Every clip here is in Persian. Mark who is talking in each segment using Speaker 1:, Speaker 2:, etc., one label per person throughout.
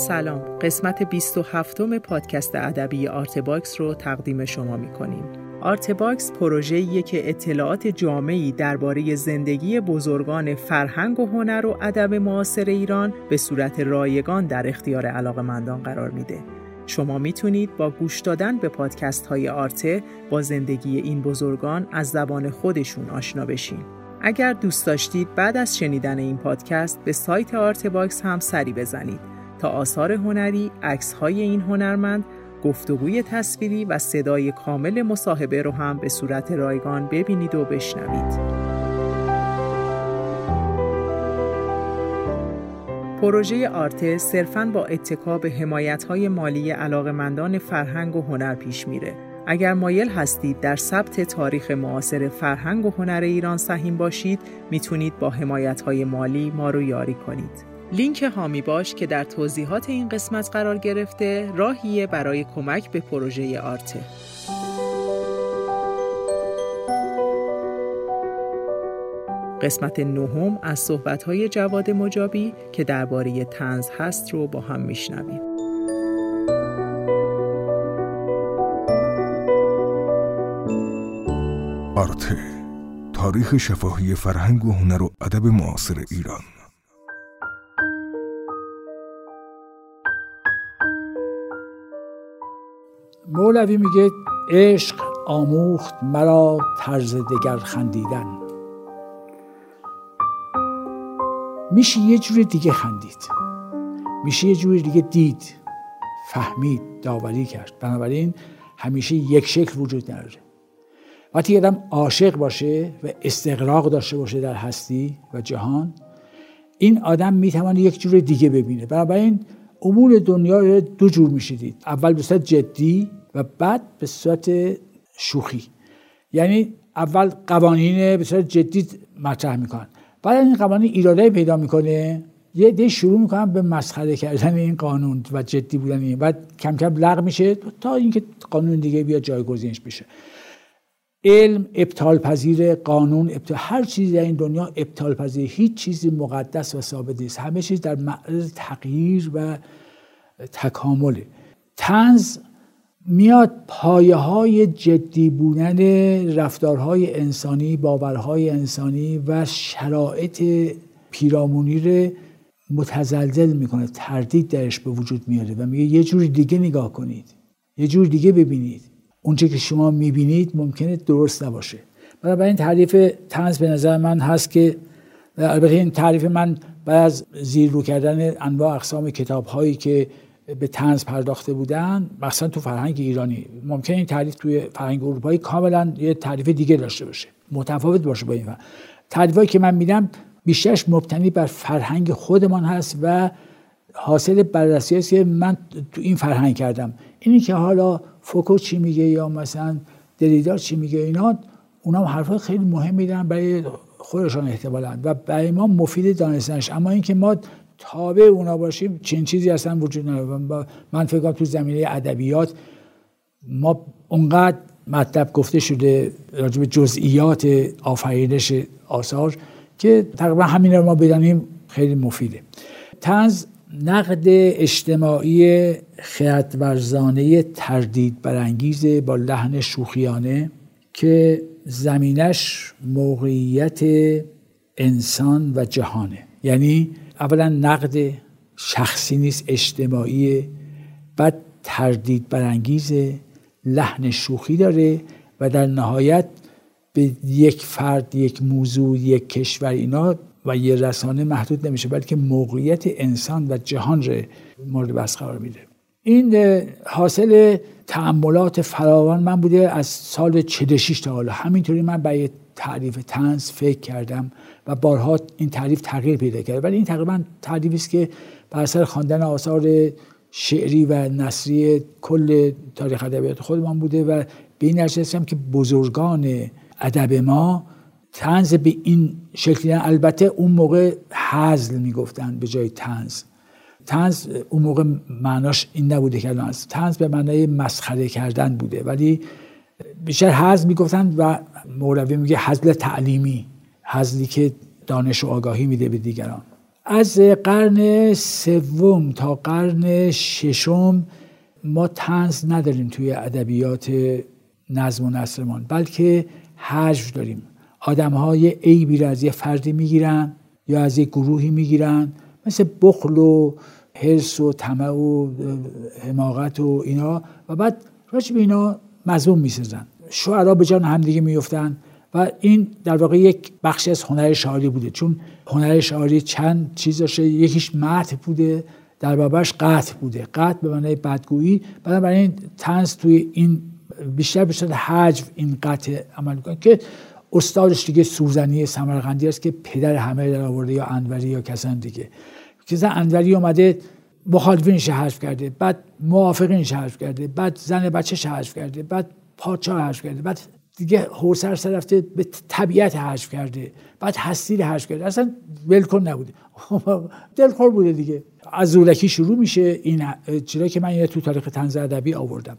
Speaker 1: سلام، قسمت 27 پادکست ادبی آرتباکس رو تقدیم شما می‌کنیم. آرتباکس پروژه‌ایه که اطلاعات جامعی درباره زندگی بزرگان فرهنگ و هنر و ادب معاصر ایران به صورت رایگان در اختیار علاقه‌مندان قرار میده. شما میتونید با گوش دادن به پادکست‌های آرته با زندگی این بزرگان از زبان خودشون آشنا بشین. اگر دوست داشتید بعد از شنیدن این پادکست به سایت آرتباکس هم سری بزنید تا آثار هنری، عکس‌های این هنرمند، گفتگوی تصویری و صدای کامل مصاحبه رو هم به صورت رایگان ببینید و بشنوید. پروژه آرته صرفاً با اتکا به حمایت‌های مالی علاقه‌مندان فرهنگ و هنر پیش میره. اگر مایل هستید در ثبت تاریخ معاصر فرهنگ و هنر ایران سهیم باشید، میتونید با حمایت‌های مالی ما رو یاری کنید. لینک حامی باش که در توضیحات این قسمت قرار گرفته راهیه برای کمک به پروژه آرته. قسمت 9 از صحبت‌های جواد مجابی که درباره طنز هست رو با هم میشنویم.
Speaker 2: آرته، تاریخ شفاهی فرهنگ و هنر و ادب معاصر ایران.
Speaker 3: مولوی میگه عشق آموخت مرا طرز دگر خندیدن. میشه یه جور دیگه خندید، میشه یه جور دیگه دید، فهمید، داوری کرد. بنابراین همیشه یک شکل وجود نداره. وقتی آدم عاشق باشه و استغراق داشته باشه در هستی و جهان، این آدم میتونه یک جور دیگه ببینه. بنابراین امور دنیا رو دو جور میشه دید. اول به صورت جدی و بعد به صورت شوخی. یعنی اول قوانین به صورت جدی مطرح میکنن، بعد این قوانین ایراده پیدا میکنه، یه ده شروع میکنن به مسخره کردن این قانون و جدی بودن این، بعد کم کم لغو میشه تا اینکه قانون دیگه بیاد جایگزینش بشه. علم ابطال پذیر، قانون هر چیزی در این دنیا ابطال پذیر، هیچ چیزی مقدس و ثابت نیست، همه چیز در معرض تغییر و تکامله. طنز میاد پایه‌های جدی بودن رفتارهای انسانی، باورهای انسانی و شرایط پیرامونی رو متزلزل میکنه، تردید درش به وجود میاره و میگه یه جور دیگه نگاه کنید، یه جور دیگه ببینید. اونچه که شما میبینید ممکنه درست نباشه. بنابراین تعریف طنز به نظر من هست که، البته این تعریف من بعد از زیر رو کردن انواع اقسام کتاب‌هایی که به طنز پرداخته بودن، مثلا تو فرهنگ ایرانی، ممکنه این تعریف توی فرهنگ اروپایی کاملا یه تعریف دیگه داشته باشه، متفاوت باشه با این. تعریفایی که من میدم بیشترش مبتنی بر فرهنگ خودمان هست و حاصل بررسی است که من تو این فرهنگ کردم. اینی که حالا فوکو چی میگه یا مثلا دریدا چی میگه، اونا حرفای خیلی مهمی دارن برای خودشان احتمالاً و برای ما مفید دانستنش، اما اینکه ما تابع اونا باشیم چنین چیزی اصلا وجود نداره. من فکر کنم تو زمینه ادبیات ما اونقدر مطلب گفته شده راجع به جزئیات آفرینش آثار که تقریبا همین رو ما بدانیم خیلی مفیده. طنز نقد اجتماعی خردورزانه تردید برانگیز با لحن شوخیانه که زمینش موقعیت انسان و جهانه. یعنی اولا نقد شخصی نیست، اجتماعی، بعد تردید برانگیز، لحن شوخی داره و در نهایت به یک فرد، یک موضوع، یک کشور اینا و یه رسانه محدود نمیشه، بلکه موقعیت انسان و جهان رو مورد بحث قرار میده. این حاصل تأملات فراوان من بوده از سال 46 تا حالا. همینطوری من برای تعریف طنز فکر کردم و بارها این تعریف تغییر پیدا کرده، ولی این تقریبا تعریفی است که بر اثر خواندن آثار شعری و نثری کل تاریخ ادبیات خودمان بوده و به این نتیجه رسیدم که بزرگان ادب ما طنز به این شکلی، البته اون موقع هزل میگفتن به جای طنز. طنز اون موقع معناش این نبوده که الان است. طنز به معنای مسخره کردن بوده، ولی بیشتر هزل میگفتن و مولوی میگه هزل تعلیمی، هزلی که دانش و آگاهی میده به دیگران. از قرن سوم تا قرن ششم ما طنز نداریم توی ادبیات نظم و نثرمان، بلکه هجو داریم. آدم‌ها یه عیبی رو از یه فردی میگیرن یا از یه گروهی میگیرن، مثل بخل و حرص و طمع و حماقت و اینا، و بعد راجع به اینا مضمون میسازن. شعرا به جان هم دیگه میفتن و این در واقع یک بخشی از هنر شعری بوده، چون هنر شعری چند چیز داشته. یکیش مدح بوده، در بابش قطع بوده، قطع به معنی بدگویی. بنابراین طنز توی این بیشتر به صورت هجو این قطع عمل میکنه که استادش دیگه سوزنی سمرقندی است که پدر همه در آورده، یا انوری یا کسان دیگه. که انوری اومده مخالفینش حذف کرده، بعد موافقینش حذف کرده، بعد زن بچه‌ش حذف کرده، بعد پادشاه حذف کرده، بعد دیگه حوصله سر رفته به طبیعت حذف کرده، بعد هستی رو حذف کرده. اصلا ولکن نبوده، دلخور بوده دیگه. از زولکی شروع میشه این چیزایی که من تو تاریخ طنز ادبی آوردم.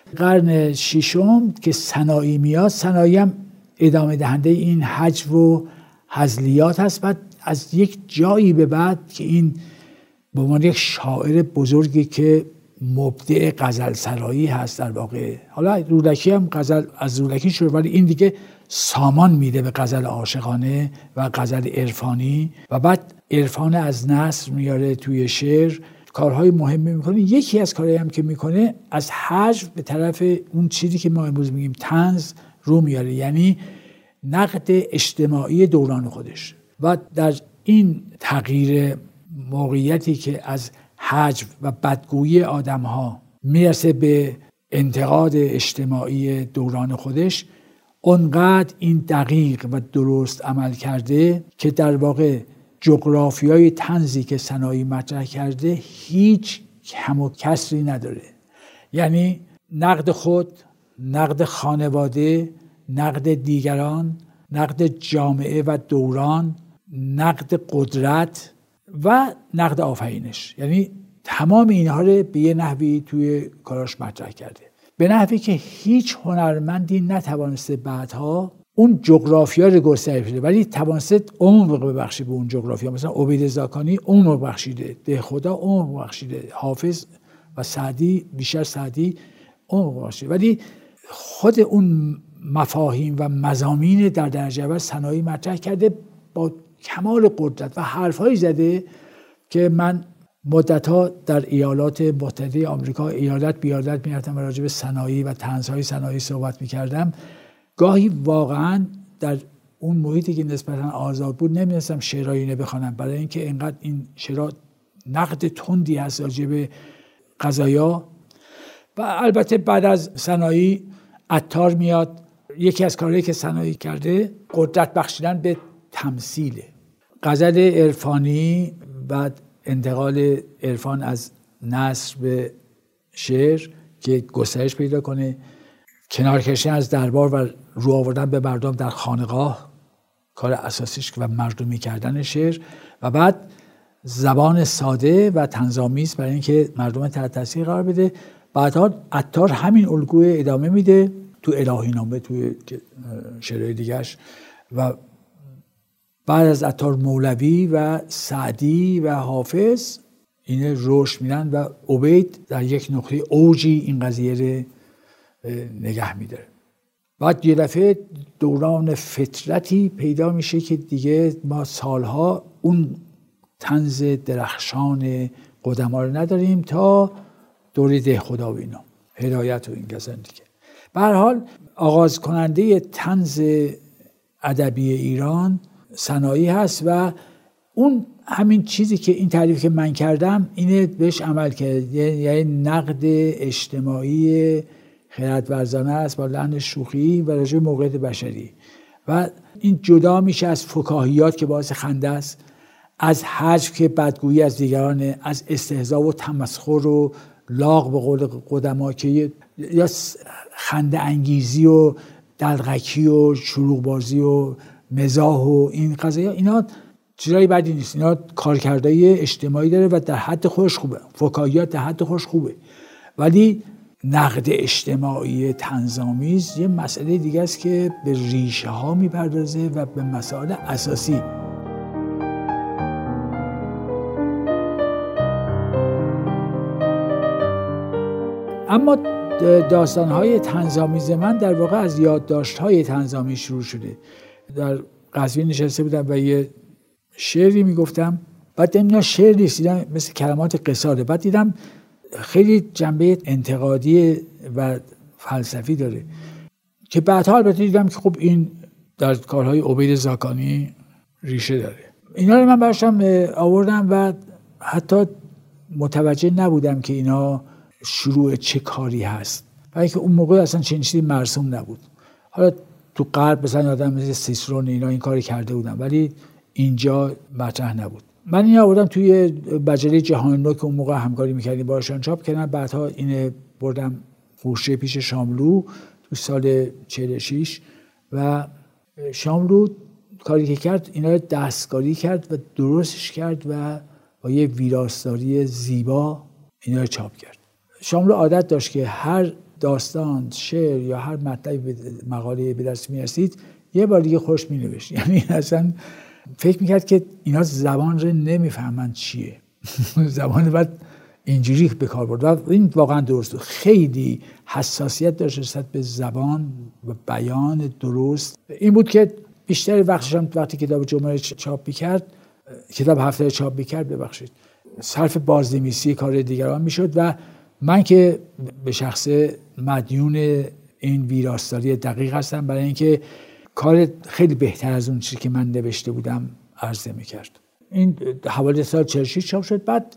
Speaker 3: قرن ششم که سنایی میاد، سنایی هم ادامه دهنده این هجو و هزلیات هست. بعد از یک جایی به بعد که این به عنوان یک شاعر بزرگی که مبدع غزل سرایی هست در واقع، حالا رودکی هم غزل از رودکی شروع، ولی این دیگه سامان میده به غزل عاشقانه و غزل عرفانی، و بعد عرفان از نثر میاره توی شعر، کارهای مهمی میکنه. یکی از کارهایی هم که میکنه از هجو به طرف اون چیزی که ما امروز میگیم طنز رو میاره، یعنی نقد اجتماعی دوران خودش. و در این تغییر موقعیتی که از هجو و بدگویی آدم‌ها میرسه به انتقاد اجتماعی دوران خودش، اونقدر این دقیق و درست عمل کرده که در واقع جغرافیای طنزی که سنایی مطرح کرده هیچ کم و کسری نداره. یعنی نقد خود، نقد خانواده، نقد دیگران، نقد جامعه و دوران، نقد قدرت و نقد آفرینش، یعنی تمام اینها رو به یه نحوی توی کاراش مطرح کرده، به نحوی که هیچ هنرمندی نتوانسته بعدها اون جغرافیا رو گسترش بده، ولی توانسته عمق ببخشه به اون جغرافیا. مثلا عبید زاکانی عمق بخشیده، دهخدا عمق بخشیده، حافظ و سعدی، بیشتر سعدی عمق بخشیده، ولی خود اون مفاهیم و مضامین در درجه اول سنایی مطرح کرده با کمال قدرت و حرفایی زده که من مدت‌ها در ایالات متحده آمریکا ایالت بیالت می‌رفتم و راجع به سنایی و طنزهای سنایی صحبت می‌کردم. گاهی واقعاً در اون محیطی که نسبتاً آزاد بود نمی‌دونستم شعرایی اینو بخوانم، برای اینکه اینقدر این شعرها نقد تندی هست راجع به قضایا. و البته بعد از سنایی عطار میاد. یکی از کارهایی که سنایی کرده قدرت بخشیدن به تمثیله. غزل عرفانی و انتقال عرفان از نثر به شعر که گسترش پیدا کنه، کنار کشیدن از دربار و رو آوردن به مردم در خانقاه، کار اساسیش و مردمی کردن شعر، و بعد زبان ساده و طنزآمیز برای اینکه مردم تحت تاثیر قرار بده. بعدها عطار همین الگوی ادامه میده تو الهی نامه، تو شعرهای دیگرش، و بعد از عطار مولوی و سعدی و حافظ اینه رشد میدن و عبید در یک نقطه اوجی این قضیه رو نگه میداره. بعد یه دفعه دوران فترتی پیدا میشه که دیگه ما سالها اون طنز درخشان قدما رو نداریم تا دوره دهخدا و اینا، هدایت و این کسان دیگه. به هر حال آغاز کننده طنز ادبی ایران سنایی هست و اون همین چیزی که این تعریف که من کردم اینه بهش عمل کرد، یعنی نقد اجتماعی خردورزانه است با لحن شوخی و راجع به موقعیت بشری، و این جدا میشه از فکاهیات که باعث خنده است، از هجو که بدگویی از دیگرانه، از استهزا و تمسخر و لاغ به قول قدما که یا خنده انگیزی و دلغکی و شلوغ بازی و مزاح و این قضایا، اینا چیزای بدی نیست، اینا کارکردهای اجتماعی داره و در حد خودش خوبه، فکاهیات در حد خودش خوبه، ولی نقد اجتماعی طنزآمیز یه مسئله دیگه است که به ریشه ها میپردازه و به مسائل اساسی. اما داستان‌های طنزآمیز من در واقع از یادداشت‌های طنزآمیز شروع شده. در قزوین نشسته بودم و یه شعری میگفتم، بعد دیدم شعر نیست، دیدم مثل کلمات قصاده، بعد دیدم خیلی جنبه انتقادی و فلسفی داره که بعدها البته دیدم که خب این در کارهای عبید زاکانی ریشه داره. اینا رو من براشتم آوردم و حتی متوجه نبودم که اینا شروع چه کاری هست، برای که اون موقع اصلا چنین چیزی مرسوم نبود. حالا تو غرب مثلا آدم مثل سیسرون اینا این کاری کرده بودن، ولی اینجا مطرح نبود. من این آوردم توی مجله جهان نو که اون موقع همکاری می‌کردیم باشون چاپ کردن. بعدها این بردم فروشه پیش شاملو تو سال 46 و شاملو کاری که کرد اینا رو دستکاری کرد و درستش کرد و با یه ویراستاری زیبا اینا رو چاپ کرد. شاملو عادت داشت که هر داستان، شعر یا هر مطلبی مقاله به دست می‌رسید یه بار دیگه خوش می‌نوشت. یعنی اصلا فکر می‌کرد که اینا زبان رو نمی‌فهمن چیه. زبان بعد اینجوری به کار برد و این واقعا درست. خیلی حساسیت داشت نسبت به زبان و بیان درست. این بود که بیشتر وقتش هم وقتی کتاب جمعه چاپ می‌کرد، کتاب هفته چاپ می‌کرد، صرف بازنویسی کار دیگران می‌شد و من که به شخص مدیون این ویراستاری دقیق هستم، برای اینکه کار خیلی بهتر از اون چیزی که من نوشته بودم عرضه می‌کرد. این حوالی سال 46 چاپ شد. بعد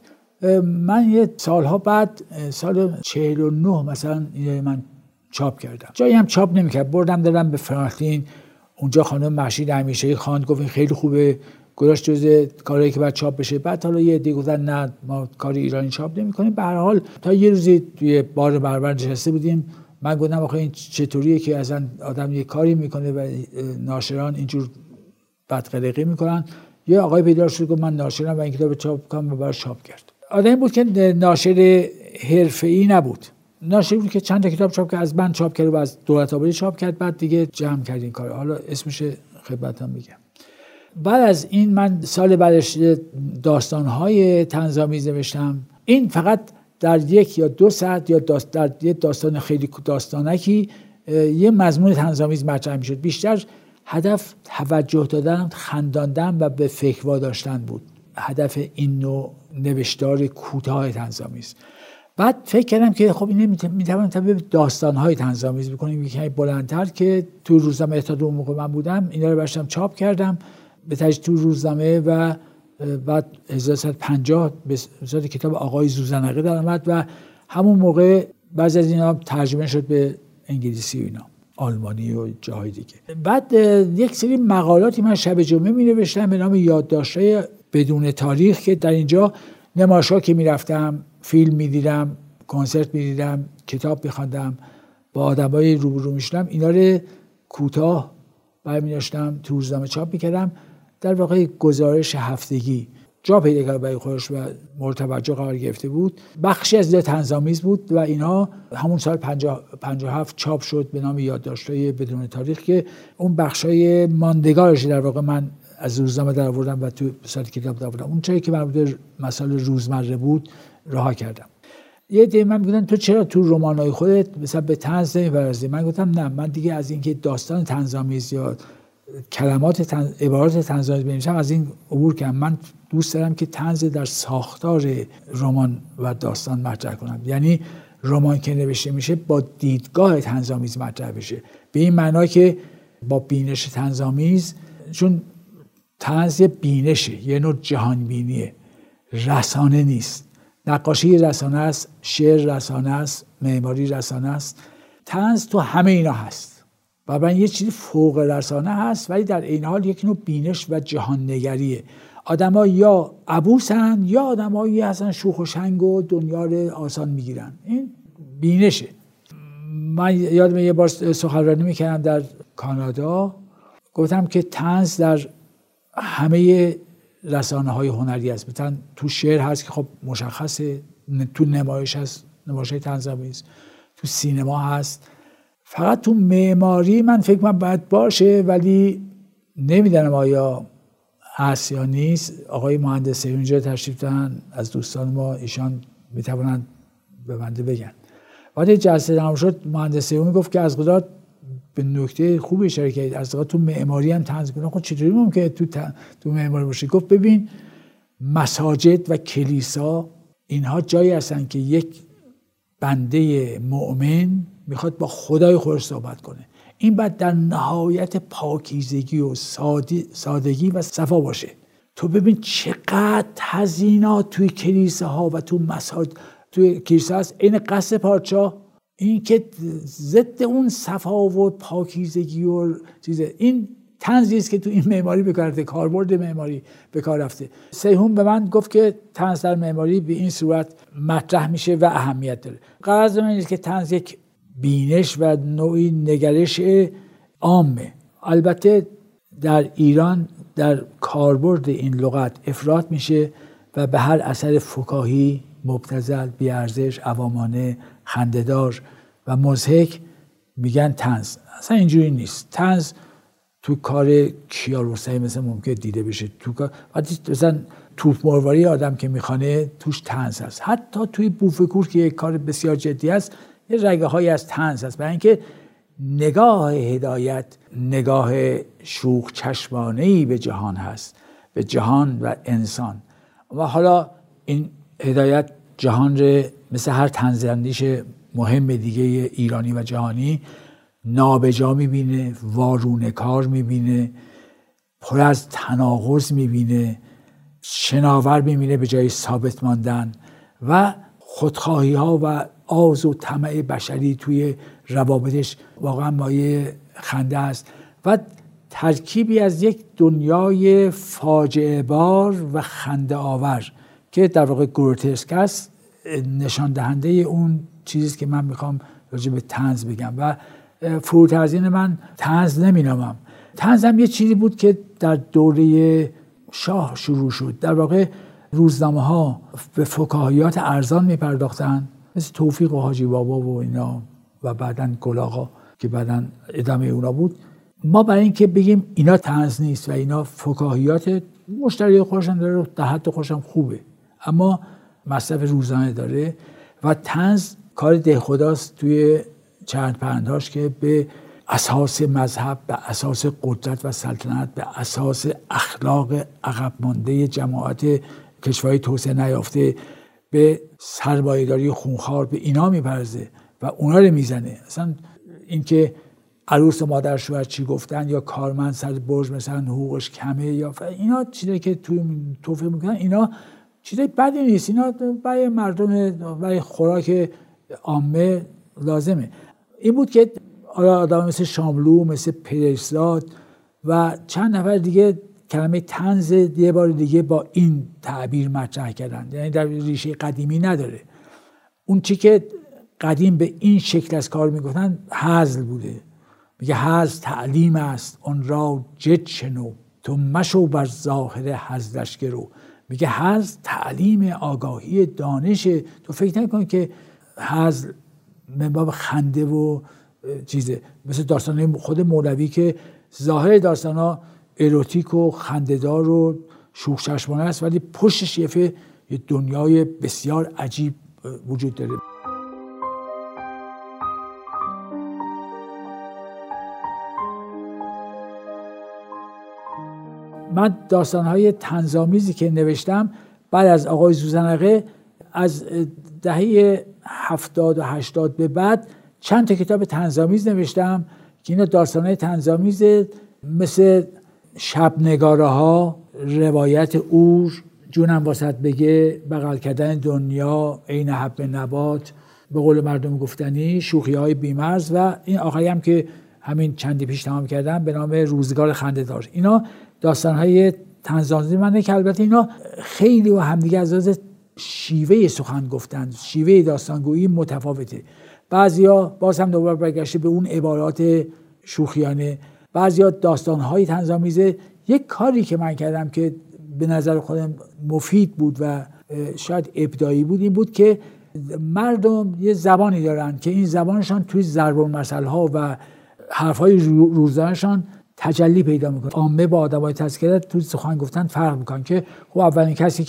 Speaker 3: من یه سالها بعد سال 49 مثلا من چاپ کردم. جایی هم چاپ نمی‌کرد، بردم دادم به فرانکلین. اونجا خانم مهشید همیشه‌ای خواند، گفت این خیلی خوبه، گذاشت جزء کارهایی که باید چاپ بشه. بعد حالا یه عده گفتن نه ما کار ایرانی چاپ نمی‌کنیم. به هر حال تا یه روزی توی بار برابر نشسته بودیم، من گفتم آخه این چطوریه که اصلا آدم یه کاری میکنه و ناشران اینجور بدقلقی میکنن. یه آقای پیدا شد گفت من ناشرم و این کتاب چاپ کنم و براش چاپ کرد. آدمی بود که ناشر حرفه‌ای نبود، ناشری بود که چند تا کتاب چاپ کرد، از من چاپ کرد و از دولت آبادی چاپ کرد، بعد دیگه جمع کرد این کار. حالا اسمش خدمتتون میگم. بعد از این من سال بعدش داستان‌های طنزآمیز نوشتم. این فقط در 1 یا 2 ساعت یا در یه داستان خیلی داستانکی یه مضمون طنزآمیز مطرح میشد. بیشتر هدف توجه دادن، خنداندن و به فکر واداشتن بود هدف این نوع نوشتار کوتاه طنزآمیز. بعد فکر کردم که خب این میتونم تبدیل به داستان‌های طنزآمیز بکنیم یکی بلندتر، که تو روزنامه تا اون موقع من بودم اینا رو برشتم چاپ کردم به تدریج تو روزنامه و بعد 1350 به صورت کتاب آقای زوزنقی در اومد و همون موقع بعضی از اینا ترجمه شد به انگلیسی و اینا، آلمانی و جاهای دیگه. بعد یک سری مقالاتی من شب جمعه می نوشتم به نام یادداشت‌های بدون تاریخ، که در اینجا نمایشگاه که میرفتم، فیلم میدیدم، کنسرت میدیدم، کتاب میخواندم، با آدمای روبرو میشدم، اینا رو کوتاه برمی داشتم تو روزنامه چاپ میکردم. در واقع گزارش هفتگی جا پیدا کرد برای خودش و مورد توجه قرار گرفته بود. بخشی از طنزآمیز بود و اینا همون سال 57 چاپ شد به نام یادداشت‌های بدون تاریخ، که اون بخشای ماندگارش در واقع من از روزنامه در آوردم و تو سایت کتاب در آوردم. اون چیزی که مربوط به مسائل روزمره بود رها کردم. یه عده من میگفتن تو چرا تو رمان‌های خودت مثلا به طنز نمی‌پردازی؟ من گفتم نه، من دیگه از اینکه داستان طنزآمیز یا کلمات عبارات طنزآمیز بنویسم از این عبور کردم. من دوست دارم که طنز در ساختار رمان و داستان مطرح کنم، یعنی رمان که نوشته میشه با دیدگاه طنزآمیز مطرح بشه، به این معنا که با بینش طنزآمیز، چون طنز بینشه، یه نوع جهان بینیه، رسانه نیست. نقاشی رسانه است، شعر رسانه است، معماری رسانه است. طنز تو همه اینا هست و من یه چیزی فوق رسانه هست، ولی در این حال یک نوع بینش و جهان نگریه. آدم‌ها یا عبوسن یا آدم‌هایی هستن شوخ و شنگ و دنیا رو آسان میگیرن. این بینشه. من یادم یه بار سخنرانی میکردم در کانادا، گفتم که طنز در همه رسانه‌های هنری است. مثلا تو شعر هست که خب مشخصه، تو نمایش هست، نمایش طنزآمیز، تو سینما هست. فقط تو معماری من فکر کنم باید باشه، ولی نمیدونم آیا هست یا نیست. آقای مهندس اینجا تشریف دارن از دوستان ما، ایشان میتوانند به بنده بگن. بعد جلسه تمام شد مهندس اون گفت که از قضا به نکته خوبی اشاره کردید، از قضا تو معماری هم طنز کنه. خب چطوری ممکنه تو معماری باشه؟ گفت ببین مساجد و کلیسا اینها جایی هستن که یک بنده مؤمن میخواد با خدای خودش صحبت کنه. این باید در نهایت پاکیزگی و سادگی و صفا باشه. تو ببین چقدر تزیینات توی کلیساها و تو مساجد، توی کلیسا هست این قصد پادشاه، این که ضد اون صفا و پاکیزگی و چیزه. این طنزی است که تو این معماری به کار رفته، کاربرد معماری به کار رفته. سیهون به من گفت که طنز در معماری به این صورت مطرح میشه و اهمیت داره. غرض من اینه که طنز یک بینش و نوعی نگرش عامه. البته در ایران در کاربرد این لغت افراط میشه و به هر اثر فکاهی، مبتذل، بی‌ارزش، عوامانه، خنده‌دار و مضحک میگن طنز. اصلا اینجوری نیست. طنز تو کار کیارستمی مثلا ممکنه دیده بشه. تو کار مثلا توپ مرواری آدم که میخوانه توش طنز هست. حتی توی بوفکور که یک کار بسیار جدی است یه رگه هایی از طنز هست، برای اینکه نگاه هدایت نگاه شوخ چشمانه‌ای به جهان هست، به جهان و انسان. و حالا این هدایت جهان رو مثل هر طنزاندیش مهم دیگه ایرانی و جهانی نابجا میبینه، وارونکار میبینه، پر از تناقض میبینه، شناور میبینه به جای ثابت ماندن و خودخواهی ها و آز و طمع بشری توی روابطش واقعا مایه خنده است و ترکیبی از یک دنیای فاجعه بار و خنده آور که در واقع گروتسک است، نشان دهنده اون چیزی که من میخوام راجع به طنز بگم. و فروتزین من طنز نمینامم. طنز هم یه چیزی بود که در دوره شاه شروع شد. در واقع روزنامه ها به فکاهیات ارزان میپرداختن، مثل توفیق و حاجی بابا و اینا و بعدن گلاغا که بعدن ادامه اونا بود. ما برای اینکه بگیم اینا طنز نیست و اینا فکاهیات، مشتری خودشون داره، در حد خودشم خوبه، اما مصرف روزانه داره و طنز کار دهخداست توی چند پرندهاش که به اساس مذهب، به اساس قدرت و سلطنت، به اساس اخلاق عقب مانده جماعت کشورهای توسعه نیافته، به سرمایه‌داری خونخوار، به اینا میپرزه و اونا رو میزنه. اصلا اینکه عروس و مادر شوهر چی گفتن یا کارمند سر برج مثلا حقوقش کمه یا اینا چیزایی که توی توفیق میکنن، اینا چیزای بدی نیست، اینا برای مردم، برای خوراک عامه لازمه. این بود که آدم مثل شاملو، مثل پرسزاد و چند نفر دیگه کلمه طنز یه بار دیگه با این تعبیر مطرح کردن، یعنی در ریشه قدیمی نداره. اون چی که قدیم به این شکل از کار میگفتن هزل بوده. میگه هزل تعلیم است، اون را جد شنو، تو مشو بر ظاهر هزلش گرو. میگه هزل تعلیم، آگاهی، دانش. تو فکر نکن که هزل من باب خنده و چیزه، مثل داستان‌های خود مولوی که ظاهر داستان‌ها اروتیک و خنده‌دار و شوخ چشمانه است، ولی پشتش یه دنیای بسیار عجیب وجود داره. من داستان‌های طنزآمیزی که نوشتم بعد از آقای زوزنقه از دهه 70 و 80 به بعد چند تا کتاب طنزآمیز نوشتم که اینا داستان‌های طنزآمیز مثل شبنگاره‌ها، روایت اور، جونم واسط بگه، بغل کردن دنیا، عین حب نبات، به قول مردم گفتنی، شوخی‌های بی‌مرز و این آخری هم که همین چندی پیش تمام کردم به نام روزگار خنده‌دار. اینا داستان‌های طنزآمیز منه که البته اینا خیلی و همدیگه از لحاظ شیوه سخن گفتن، شیوه داستانگویی متفاوته. بعضیا باز هم دوباره برگشته به اون عبارات شوخیانه، بعضیا داستان‌های طنزآمیزه. یک کاری که من کردم که به نظر خودم مفید بود و شاید ابداعی بود این بود که مردم یه زبانی دارن که این زبانشان توی ضرب‌المثل‌ها و حرف‌های روزانه‌شان تجلی پیدا میکنه. عامه با آدمای تذکره توی سخن گفتن فرق میکنن که خب اولین کسی که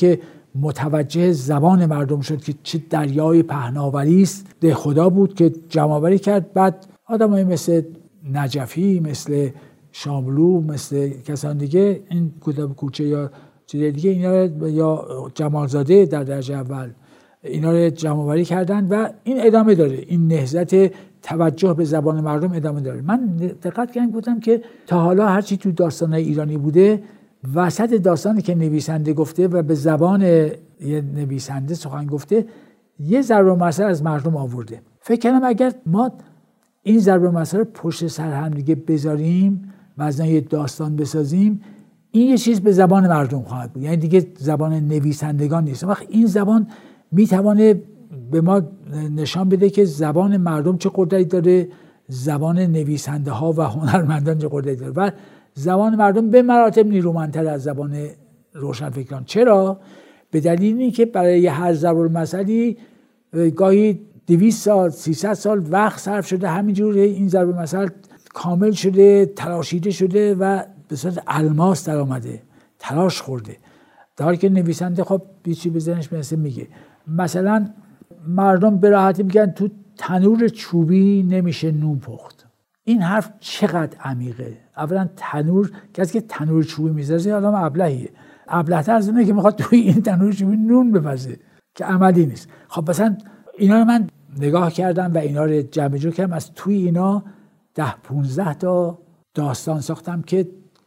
Speaker 3: متوجه زبان مردم شد که چه دریای پهناوری است. ده خدا بود که جمع‌آوری کرد. بعد آدمایی مثل نجفی، مثل شاملو، مثل کسان دیگه، این کتاب کوچه یا چیز دیگه، اینا یا جمالزاده در درجه اول، اینا رو جمع‌آوری کردن و این ادامه داره. این نهضت توجه به زبان مردم ادامه داره. من دقت کردم گفتم که تا حالا هرچی تو داستان‌های ایرانی بوده، وسط داستانی که نویسنده گفته و به زبان یه نویسنده سخن گفته، یه ضرب المثل از مردم آورده. فکر کردم اگر ما این ضرب المثل رو پشت سر هم دیگه بذاریم و از یه داستان بسازیم، این یه چیز به زبان مردم خواهد بود. یعنی دیگه زبان نویسندگان نیست. وقت این زبان میتونه به ما نشان بده که زبان مردم چه قدرتی داره، زبان نویسنده ها و هنرمندان چه قدرتی داره و زبان مردم به مراتب نیرومندتر از زبان روشنفکران. چرا؟ به دلیل اینکه برای هر ضرب المثلی گاهی 200 سال 300 سال وقت صرف شده، همینجور این ضرب المثل کامل شده، تراشیده شده و به صورت الماس در آمده، تلاش خورده. در حالی که نویسنده خب بیچی به ذهنش میرسه میگه. مثلا مردم به راحتی میگن تو تنور چوبی نمیشه نون پخت. این حرف چقدر عمیقه. اولا تنور، کسی که تنور چوبی میذاره آدم ابلهیه. ابله‌تر از اونه که میخواد توی این تنور چوبی نون بپزه که عملی نیست. خب مثلا اینا رو من نگاه کردم و اینا رو جمع جور کردم. از توی اینا 10-15 تا داستان ساختم که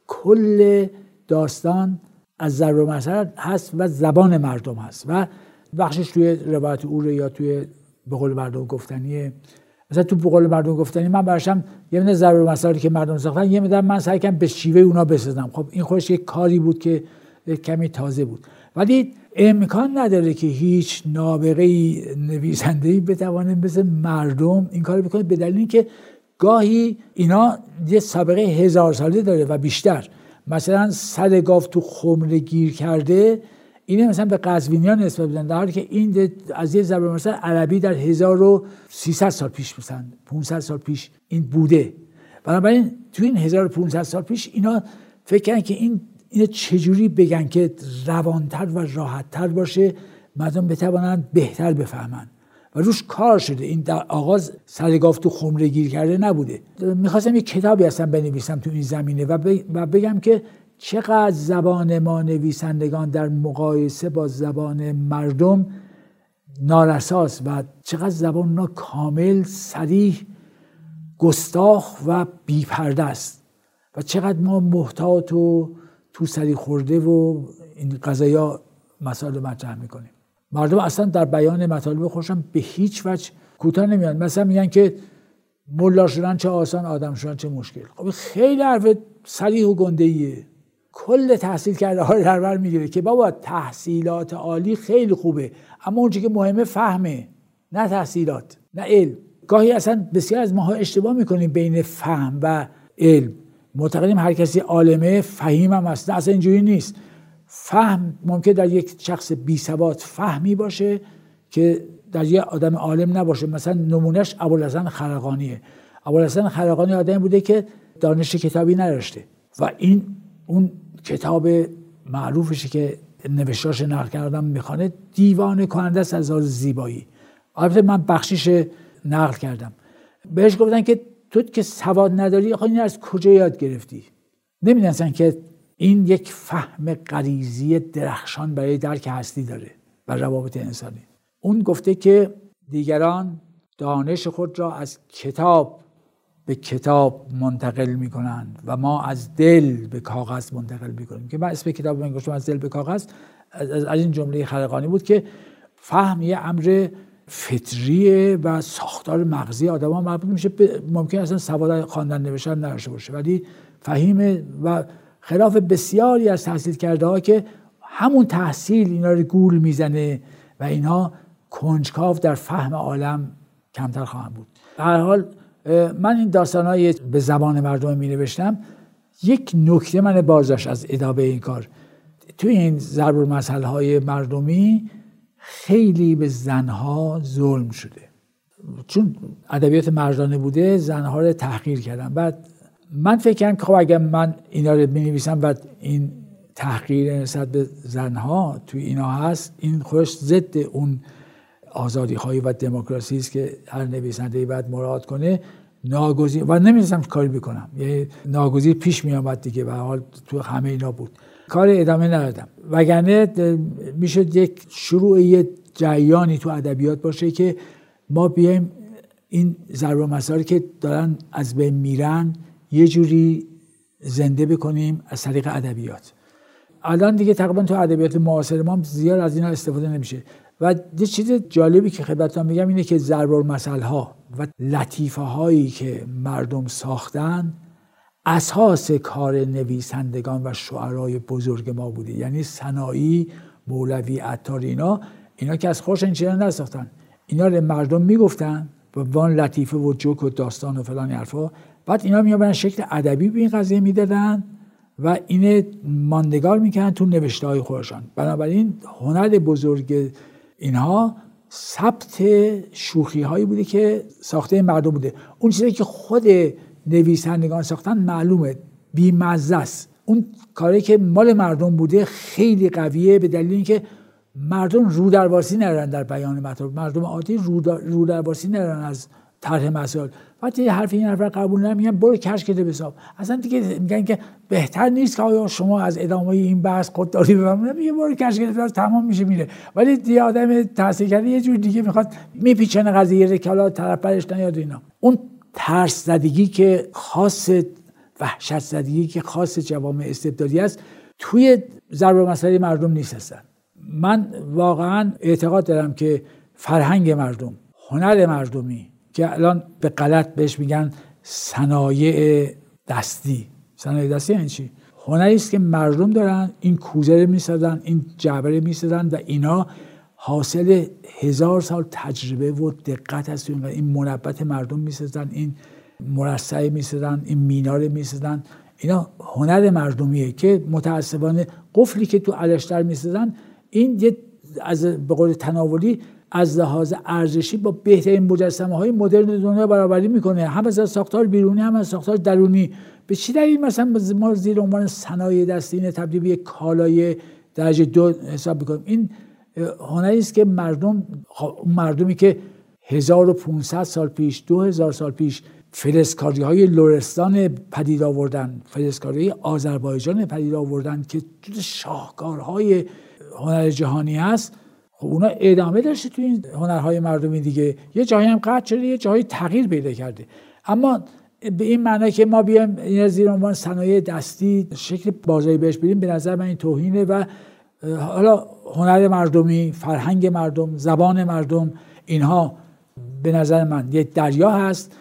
Speaker 3: کل داستان از ضرب المثل هست و زبان مردم هست و بخشش توی روایت او یا توی به قول مردم گفتنیه. مثلا تو به قول مردم گفتنی من براشم یه مقدار ضرب المثلی که مردم ساختن، یه مقدار من سعی کردم به شیوه اونا بسازم. خب این خودش یک کاری بود که کمی تازه بود، ولی امکان نداره که هیچ نابغه‌ای نویسنده‌ای بتونه مثل مردم این کارو بکنه، به دلیل اینکه گاهی اینا یه سابقه 1000 ساله داره و بیشتر. مثلا سر گاو تو خمره گیر کرده، اینه مثلا به قزوینیان نسبت بدن، در حالی که این از یه ضرب المثل عربی در 1300 سال پیش، مثلا 500 سال پیش این بوده. بنابراین تو این 1500 سال پیش اینا فکر کردن که این چجوری بگن که روانتر و راحتتر باشه، مردم بتوانند بهتر بفهمن و روش کار شده. این در آغاز سر گاو تو خمره گیر کرده نبوده. میخواستم یک کتابی اصلا بنویسم تو این زمینه و بگم که چقدر زبان ما نویسندگان در مقایسه با زبان مردم نارساست و چقدر زبان اونا کامل، صریح، گستاخ و بی‌پرده است و چقدر ما محتاط و تو سری خورده و این قضایا مسائل مطرح میکنیم. مردم اصلا در بیان مطالب خودشون به هیچ وجه کوتاه نمیان. مثلا میگن که ملا شدن چه آسان، آدم شدن چه مشکل. خب خیلی حرف صریح و گنده‌ایه. کل تحصیل کرده ها رو در بر میگیره که بابا تحصیلات عالی خیلی خوبه، اما اون چیزی که مهمه فهمه، نه تحصیلات، نه علم. گاهی اصلا بسیار از ماها اشتباه میکنیم بین فهم و علم. معتقدیم هر کسی عالمه، فهیم هم هست. اصلا اینجوری نیست. فهم ممکن در یک شخص بی سواد فهمی باشه که در یک آدم عالم نباشه. مثلا نمونهش ابوالحسن خرقانیه. ابوالحسن خرقانی آدمی بوده که دانش کتابی نداشته و اون کتاب معروفشه که نوشتاش نقل کردم میخوانه، دیوانه کننده است از زیبایی. البته من بخشیش نقل کردم. بهش گفتن که تو که سواد نداری، آخه این از کجا یاد گرفتی؟ نمیدونستن که این یک فهم غریزی درخشان برای درک هستی داره و روابط انسانی. اون گفته که دیگران دانش خود را از کتاب به کتاب منتقل میکنند و ما از دل به کاغذ منتقل میکنیم. که من اسم کتاب من گفتم از دل به کاغذ، از این جمله خرقانی بود که فهم یه امر فطریه و ساختار مغزی آدم‌ها مربوط میشه. ممکن اصلا سواد خواندن نوشتن نداشته باشه، ولی فهیمه و خلاف بسیاری از تحصیل کرده ها که همون تحصیل اینا رو گول میزنه و اینها کنجکاو در فهم عالم کمتر خواهند بود. در هر حال من این داستان‌های به زبان مردم می نوشتم. یک نکته من بازداشت از ادامه این کار، توی این ضرب المثل‌های مردمی خیلی به زنها ظلم شده. چون ادبیات مردانه بوده، زنها رو تحقیر کردن. بعد من فکر کردم که خب اگر من اینا رو بنویسم و این تحقیر نسبت به زنها توی اینا هست، این خودش ضد اون آزادی‌های و دموکراسی است که هر نویسنده‌ای باید مراعات کنه. ناگزیر و نمی‌دونم کاری بکنم، یه ناگزیر پیش می‌آمد دیگه، به هر حال تو همه اینا بود، کار ادامه ندادم. وگرنه میشد یک شروع یه جریانی تو ادبیات باشه که ما بیایم این ضرب المثل که دارن از بین میرن یه جوری زنده بکنیم از طریق ادبیات. الان دیگه تقریبا تو ادبیات معاصر ما زیاد از اینا استفاده نمیشه. و یه چیز جالبی که خدمتتون میگم اینه که ضرب المثل ها و لطیفه هایی که مردم ساختن اساس کار نویسندگان و شعرای بزرگ ما بوده. یعنی سنایی، مولوی، عطار، اینا که از خودش این چیزا نساختن، اینا رو مردم میگفتن و وان لطیفه و جوک و داستان و فلان حرفا، بعد اینا میآوردن شکل ادبی به این قضیه میدادن و اینه ماندگار میکنن تو نوشته های خودشان. بنابراین هنر بزرگ اینها ثبت شوخی هایی بوده که ساخته مردم بوده. اون چیزی که خود نویسندگان ساختن معلومه بی‌مزه است. اون کاری که مال مردم بوده خیلی قویه، به دلیل اینکه مردم رو درواسی ندارن در بیان مطلب. مردم عادی رو درواسی ندارن از طرح مسائل. وقتی این حرف قبول نمیگن برو کش کده حساب. اصلا دیگه میگن که بهتر نیست که آیا شما از ادامه این بحث خودداری بفرمایید، میگه برو کش کده حساب، تمام میشه میره. ولی یه آدم تحصیل کرده یه جور دیگه میخواد میپیچونه قضیه که حالا طرف برش نیاد اینا. اون ترس زدگی که خاص، وحشت زدگی که خاص جوامع استبدادی است، توی ضرب المثل مردم نیست هستن. من واقعا اعتقاد دارم که فرهنگ مردم، هنر مردمی که الان به غلط بهش میگن صنایع دستی. صنایع دستی یعنی چی؟ هنری است که مردم دارن، این کوزه رو میسازن، این جعبه رو میسازن و اینا حاصل 1000 سال تجربه و دقت است. این منبت مردم میسازن، این مرصع میسازن، این مینا رو میسازن. اینا هنر مردمیه که متاسفانه قفلی که تو الشتر میسازن، این یه از به قول تناولی از لحاظ ارزشی با بهترین مجسمه های مدرن دنیا برابری میکنه، هم از ساختار بیرونی هم از ساختار درونی. به چی دلیل مثلا ما زیر عنوان صنایع دستی اینو تبدیل به یک کالای درجه 2 حساب میکنیم؟ این هنری است که مردمی که 1500 سال پیش، 2000 سال پیش فلزکاری های لرستان پدید آوردن، فلزکاری آذربایجان پدید آوردن که جز شاهکارهای هنر جهانی هست، خب اونا ادامه داشته تو این هنرهای مردمی دیگه. یه جایی هم قطع شده، یه جایی تغییر پیدا کرده. اما به این معنی که ما بیایم این زیر عنوان صنایع دستی شکل بازاری بهش بدیم، به نظر من این توهینه. و حالا هنر مردمی، فرهنگ مردم، زبان مردم، اینها به نظر من یه دریا هست.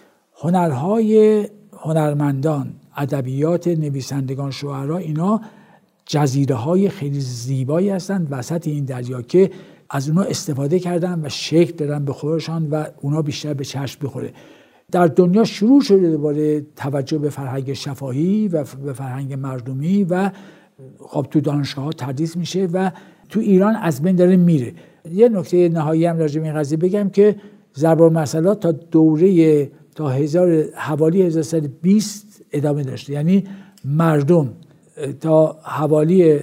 Speaker 3: هنرهای هنرمندان، ادبیات نویسندگان، شاعرها، اینا جزیره های خیلی زیبایی هستند وسط این دریا که از اونا استفاده کردن و شکل دادن به خودشان و اونا بیشتر به چشم بخوره. در دنیا شروع شده دوباره توجه به فرهنگ شفاهی و به فرهنگ مردمی و خب تو دانشگاه ها تدریس میشه و تو ایران از بین داره میره. یه نکته نهایی هم راجع به این قضیه بگم که ضرب المثل تا دوره تا حوالی 1320 ادامه داشته. یعنی مردم تا حوالی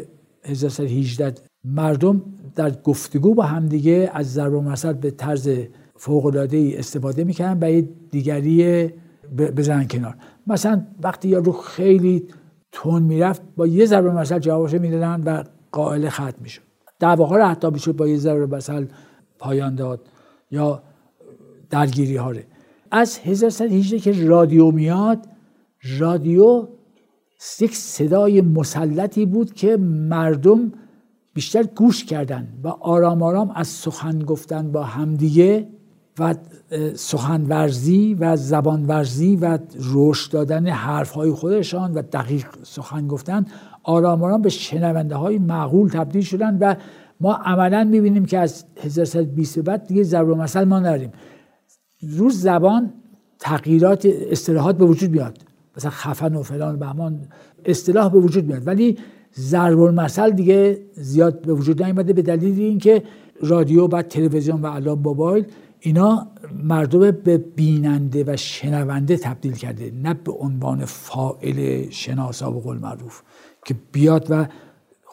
Speaker 3: 1318 مردم در گفتگو با همدیگه از ضرب المثل به طرز فوق‌العاده‌ای استفاده می‌کردن و یه دیگری بزنن کنار. مثلا وقتی یارو خیلی تون میرفت با یه ضرب المثل جوابش میدادن و قائل ختم میشد. دعواها رو حتی میشد با یه ضرب المثل پایان داد یا درگیری ها رو. از 1318 که رادیو میاد، رادیو یک صدای مسلطی بود که مردم بیشتر گوش کردن و آرام آرام از سخن گفتن با همدیگه و سخن ورزی و زبان ورزی و رشد دادن حرفهای خودشان و دقیق سخن گفتن آرام آرام به شنونده های معقول تبدیل شدن و ما عملا میبینیم که از 1320 بعد دیگه ضرب المثل ما نداریم. روز زبان تغییرات، اصطلاحات به وجود میاد، مثلا خفن و فلان و بهمان اصطلاح به وجود میاد، ولی ضرب المثل دیگه زیاد به وجود نیامده به دلیل اینکه رادیو، بعد تلویزیون و الان موبایل اینا مردم به بیننده و شنونده تبدیل کرده، نه به عنوان فاعل شناسا و قول معروف که بیاد و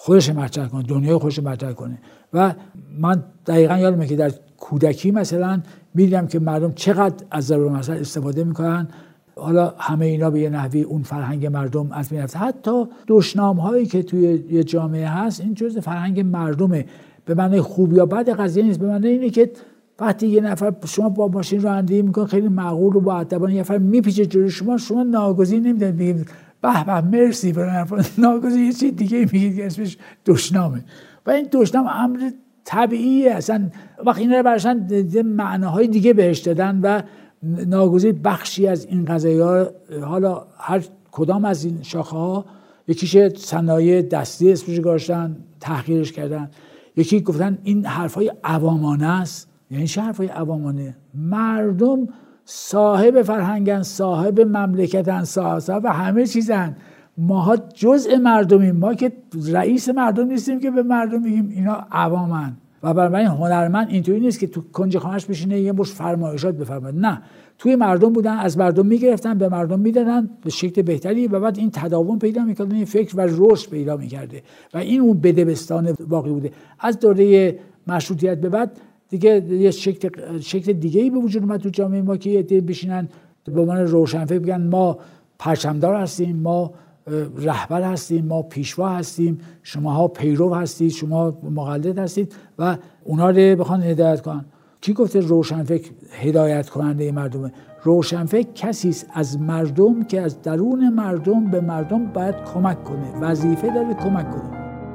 Speaker 3: خودش مطرح کنه، دنیای خودش مطرح کنه. و من دقیقاً یادمه که در کودکی مثلا می‌دیدم که مردم چقدر از ضرب المثل استفاده میکنن. حالا همه اینا به یه نحوی اون فرهنگ مردم از بین رفته. حتی دشنام‌هایی که توی یه جامعه هست این جزء فرهنگ مردمه. به معنی خوب یا بد قضیه نیست، به معنی اینه که وقتی یه نفر شما با ماشین رانندگی میکنه خیلی معقول و با ادبانه، یه نفر میپیچه جلوی شما ناگزیر نمیدونید بگید به به مرسی، ناگزیر یه چیز دیگه میگید که اسمش دشنامه. و این دشنام امر طبیعیه. اصلا وقتی اینا رو براشون معناهای دیگه بهش دادن و ناگزیر بخشی از این قضایا، حالا هر کدام از این شاخه ها، یکیش صنایع دستی اسمش گذاشتن تحقیرش کردن، یکی گفتن این حرفای عوامانه است. یعنی چه حرفای عوامانه؟ مردم صاحب فرهنگن، صاحب مملکتن، صاحب همه چیزن. ماها جزء مردمیم، ما که رئیس مردم نیستیم که به مردم میگیم اینا عوامن. و برای هنرمند اینطوری نیست که تو کنج خانه‌اش بشینه یه مش فرمایشات بفرماید، نه، توی مردم بودن، از مردم میگرفتن، به مردم میدادن به شکل بهتری و بعد این تداوم پیدا می‌کرد، این فکر و رشد پیدا می‌کرده و این اون بدبستان واقعی بوده. از دوره مشروطیت به بعد دیگه یه شکل دیگه‌ای به وجود اومد تو جامعه ما که یه بشینن به عنوان روشنفکر بگن ما پرچمدار هستیم، ما رهبر هستیم، ما پیشوا هستیم، شماها پیرو هستید، شما مقلد هستید و اونا رو بخوان هدایت کنن. کی گفته روشنفکر هدایت کننده مردمه؟ روشنفکر کسی است از مردم که از درون مردم به مردم باید کمک کنه، وظیفه داره کمک کنه.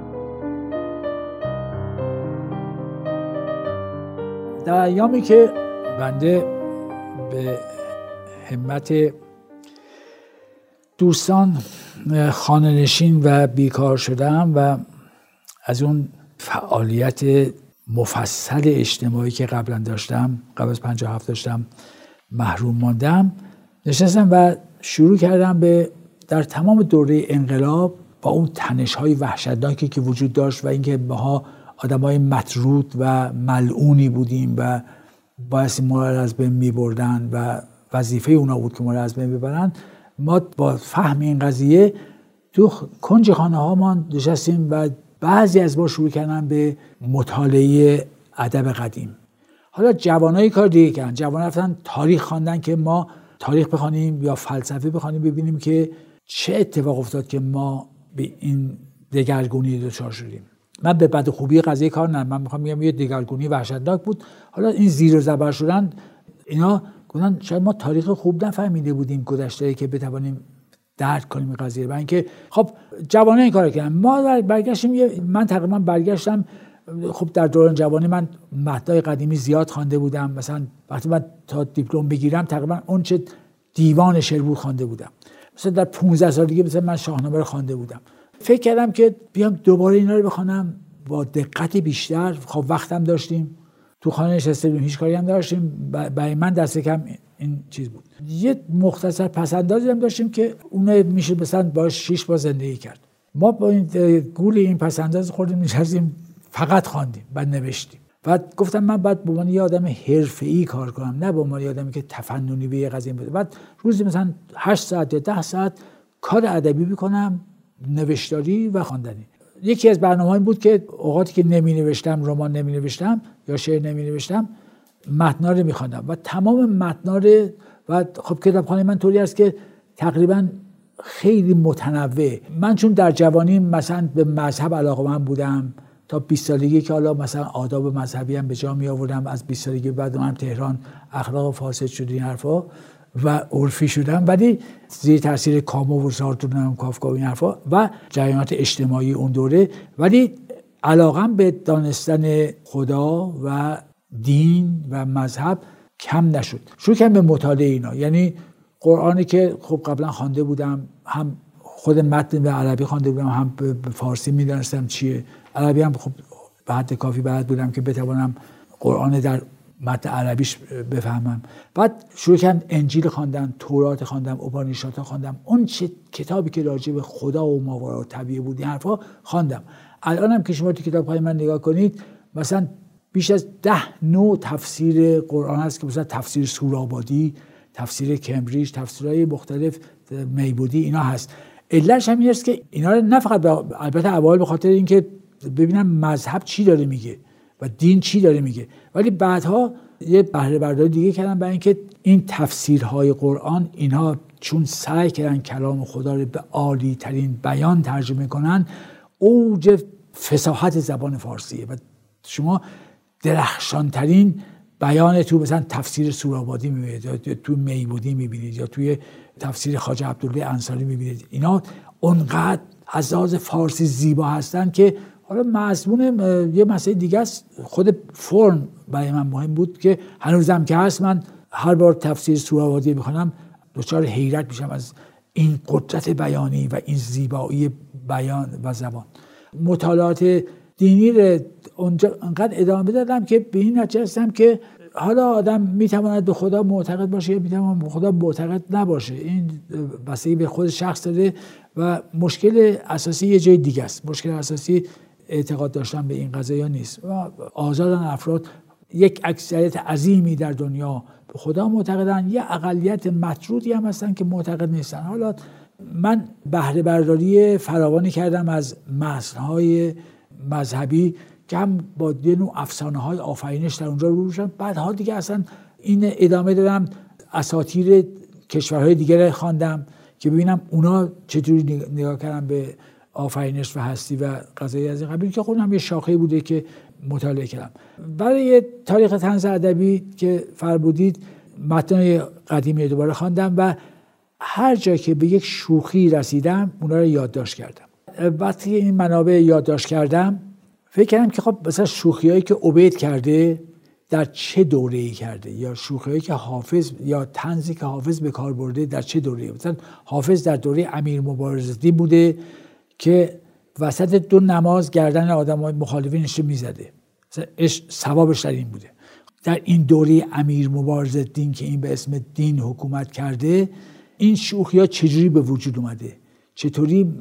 Speaker 3: در ایامی که بنده به همت دوستان خانه‌نشین و بیکار شدم و از اون فعالیت مفصل اجتماعی که قبلا داشتم، قبل از 57 داشتم، محروم ماندم، نشستم و شروع کردم به در تمام دوره انقلاب با اون تنش‌های وحشتناکی که وجود داشت و اینکه ماها آدمای مطرود و ملعونی بودیم و باعث ما را از بین می‌بردن و وظیفه اونا بود که ما را از بین ببرن، ما با فهم این قضیه تو کنج خانه ها ما نشستیم و بعضی از ما شروع کردن به مطالعه ادب قدیم. حالا جوانای کار دیگه کردن، جوان رفتن تاریخ خواندن که ما تاریخ بخونیم یا فلسفه بخونیم ببینیم که چه اتفاق افتاد که ما به این دگرگونی دچار شدیم. من به بد خوبی قضیه کار ندارم، من میخوام بگم یه دگرگونی وحشتناک بود. حالا این زیر و زبر شدن اینا گفتن شاید ما تاریخ خوب نفهمیده بودیم گذشته که بتوانیم درک کنیم این قضیه. برای اینکه خب جوانان این کارو کردن، ما برگشتیم، من تقریبا برگشتم. خب در دوران جوانی من متن‌های قدیمی زیاد خوانده بودم، مثلا وقتی من تا دیپلم بگیرم تقریبا اون چه دیوان شعر بود خوانده بودم. مثلا در 15 سالگی مثلا من شاهنامه رو خوانده بودم. فکر کردم که بیام دوباره اینا رو بخونم با دقت بیشتر. خب وقتم داشتیم، تو خانه نشسته بودیم، هیچ کاری هم نداشتیم، برای من دست کم این چیز بود. یه مختصر پسندازی هم داشتیم که اون میشه مثلا باش 6 بار زندگی کرد. ما با این گول این پسنداز خوردیم، نشستیم فقط خواندیم بعد نوشتیم. بعد گفتم من باید به عنوان یه آدم حرفه‌ای کار کنم، نه به عنوان یه آدمی که تفننی به یه قضیه بده. بعد روزی مثلا 8 ساعت یا 10 ساعت کار ادبی میکنم، نوشتاری و خواندنی. یکی از برنامه‌ها این بود که اوقاتی که نمی‌نوشتم، رمان نمی‌نوشتم یا شعر نمی‌نوشتم، متن‌ها رو می‌خواندم و تمام متن‌ها رو. و خب کتابخانه من طوری است که تقریبا خیلی متنوع. من چون در جوانی مثلا به مذهب علاقه‌مند بودم تا 20 سالگی که حالا مثلا آداب مذهبی هم به جا می آوردم، از 20 سالگی بعد من تهران اخلاق فاسد شد این حرفا و عرفی شدم، ولی زیر تاثیر کامو و سارتر و کافکا و این حرفا و جریانات اجتماعی اون دوره، ولی علاقم به دانستن خدا و دین و مذهب کم نشد. شروع کردم به مطالعه اینا، یعنی قرآنی که خب قبلا خوانده بودم، هم خود متن به عربی خوانده بودم، هم به فارسی می‌دونستم چیه. عربی هم خب به حد کافی بلد بودم که بتوانم قرآن در متن عربیش بفهمم. بعد شروع کردم انجیل خواندم، تورات خواندم، اپانیشاد خواندم، اون چه کتابی که راجع به خدا و ماورا و طبیعه بود این حرفا خواندم. الانم که شما تو کتاب‌های من نگاه کنید، مثلا بیش از 10 نوع تفسیر قرآن هست که مثلا تفسیر سورابادی، تفسیر کمبریج، تفسیرهای مختلف میبودی اینا هست. علتش هم این است که اینا رو نه فقط البته اول به خاطر اینکه ببینم مذهب چی داره میگه و دین چی داره میگه، ولی بعدها یه بهره برداری دیگه کردم برای اینکه این تفسیرهای قرآن اینها چون سعی کردن کلام خدا رو به عالی ترین بیان ترجمه کنن، اوج فصاحت زبان فارسیه و شما درخشان ترین بیان تو مثلا تفسیر سورابادی میبینید یا تو میبودی میبینید یا توی تفسیر خواجه عبدالله انصاری میبینید. اینا اونقدر از لحاظ فارسی زیبا هستن که حالا مضمون یه مسئله دیگه است، خود فرم برای من مهم بود که هنوزم که هست من هر بار تفسیر سورابادی میخونم دچار حیرت میشم از این قدرت بیانی و این زیبایی بیان و زبان. مطالعات دینی رو اونجا انقدر ادامه دادم که به این نتیجه رسیدم که حالا آدم میتواند به خدا معتقد باشه یا میتواند به خدا معتقد نباشه، این بستگی به خود شخص داره و مشکل اساسی یه جای دیگه است. مشکل اساسی اعتقاد داشتن به این قضایا نیست و آزادن افراد. یک اکثریت عظیمی در دنیا به خدا معتقدن، یه اقلیت مطرودی هم هستن که معتقد نیستن. حالا من بهره برداری فراوانی کردم از متن‌های مذهبی که هم با یه نوع افسانه‌های آفرینش در اونجا رو شدم. بعدها دیگه اصلا این ادامه دادم، اساطیر کشورهای دیگه رو خواندم که ببینم اونا چطوری نگاه کردن به آفرینش و هستی و قضایی از این قبیل، که خودم یه شاخه بوده که مطالعه کردم. برای تاریخ طنز ادبی که فرمودید متن‌های قدیمی دوباره خواندم و هر جا که به یک شوخی رسیدم اونا رو یادداشت کردم. وقتی این منابع یادداشت کردم فکر کردم که خب مثلا شوخیایی که عبید کرده در چه دوره‌ای کرده، یا شوخیایی که حافظ یا طنزی که حافظ به کار برده در چه دوره‌ای. مثلا حافظ در دوره امیر مبارزالدین بوده که وسط دو نماز گردن آدم‌های مخالفینش رو می‌زده، مثلا ثوابش در این بوده. در این دوره امیر مبارزالدین که این به اسم دین حکومت کرده، این شوخی‌ها چجوری به وجود اومده، چطوری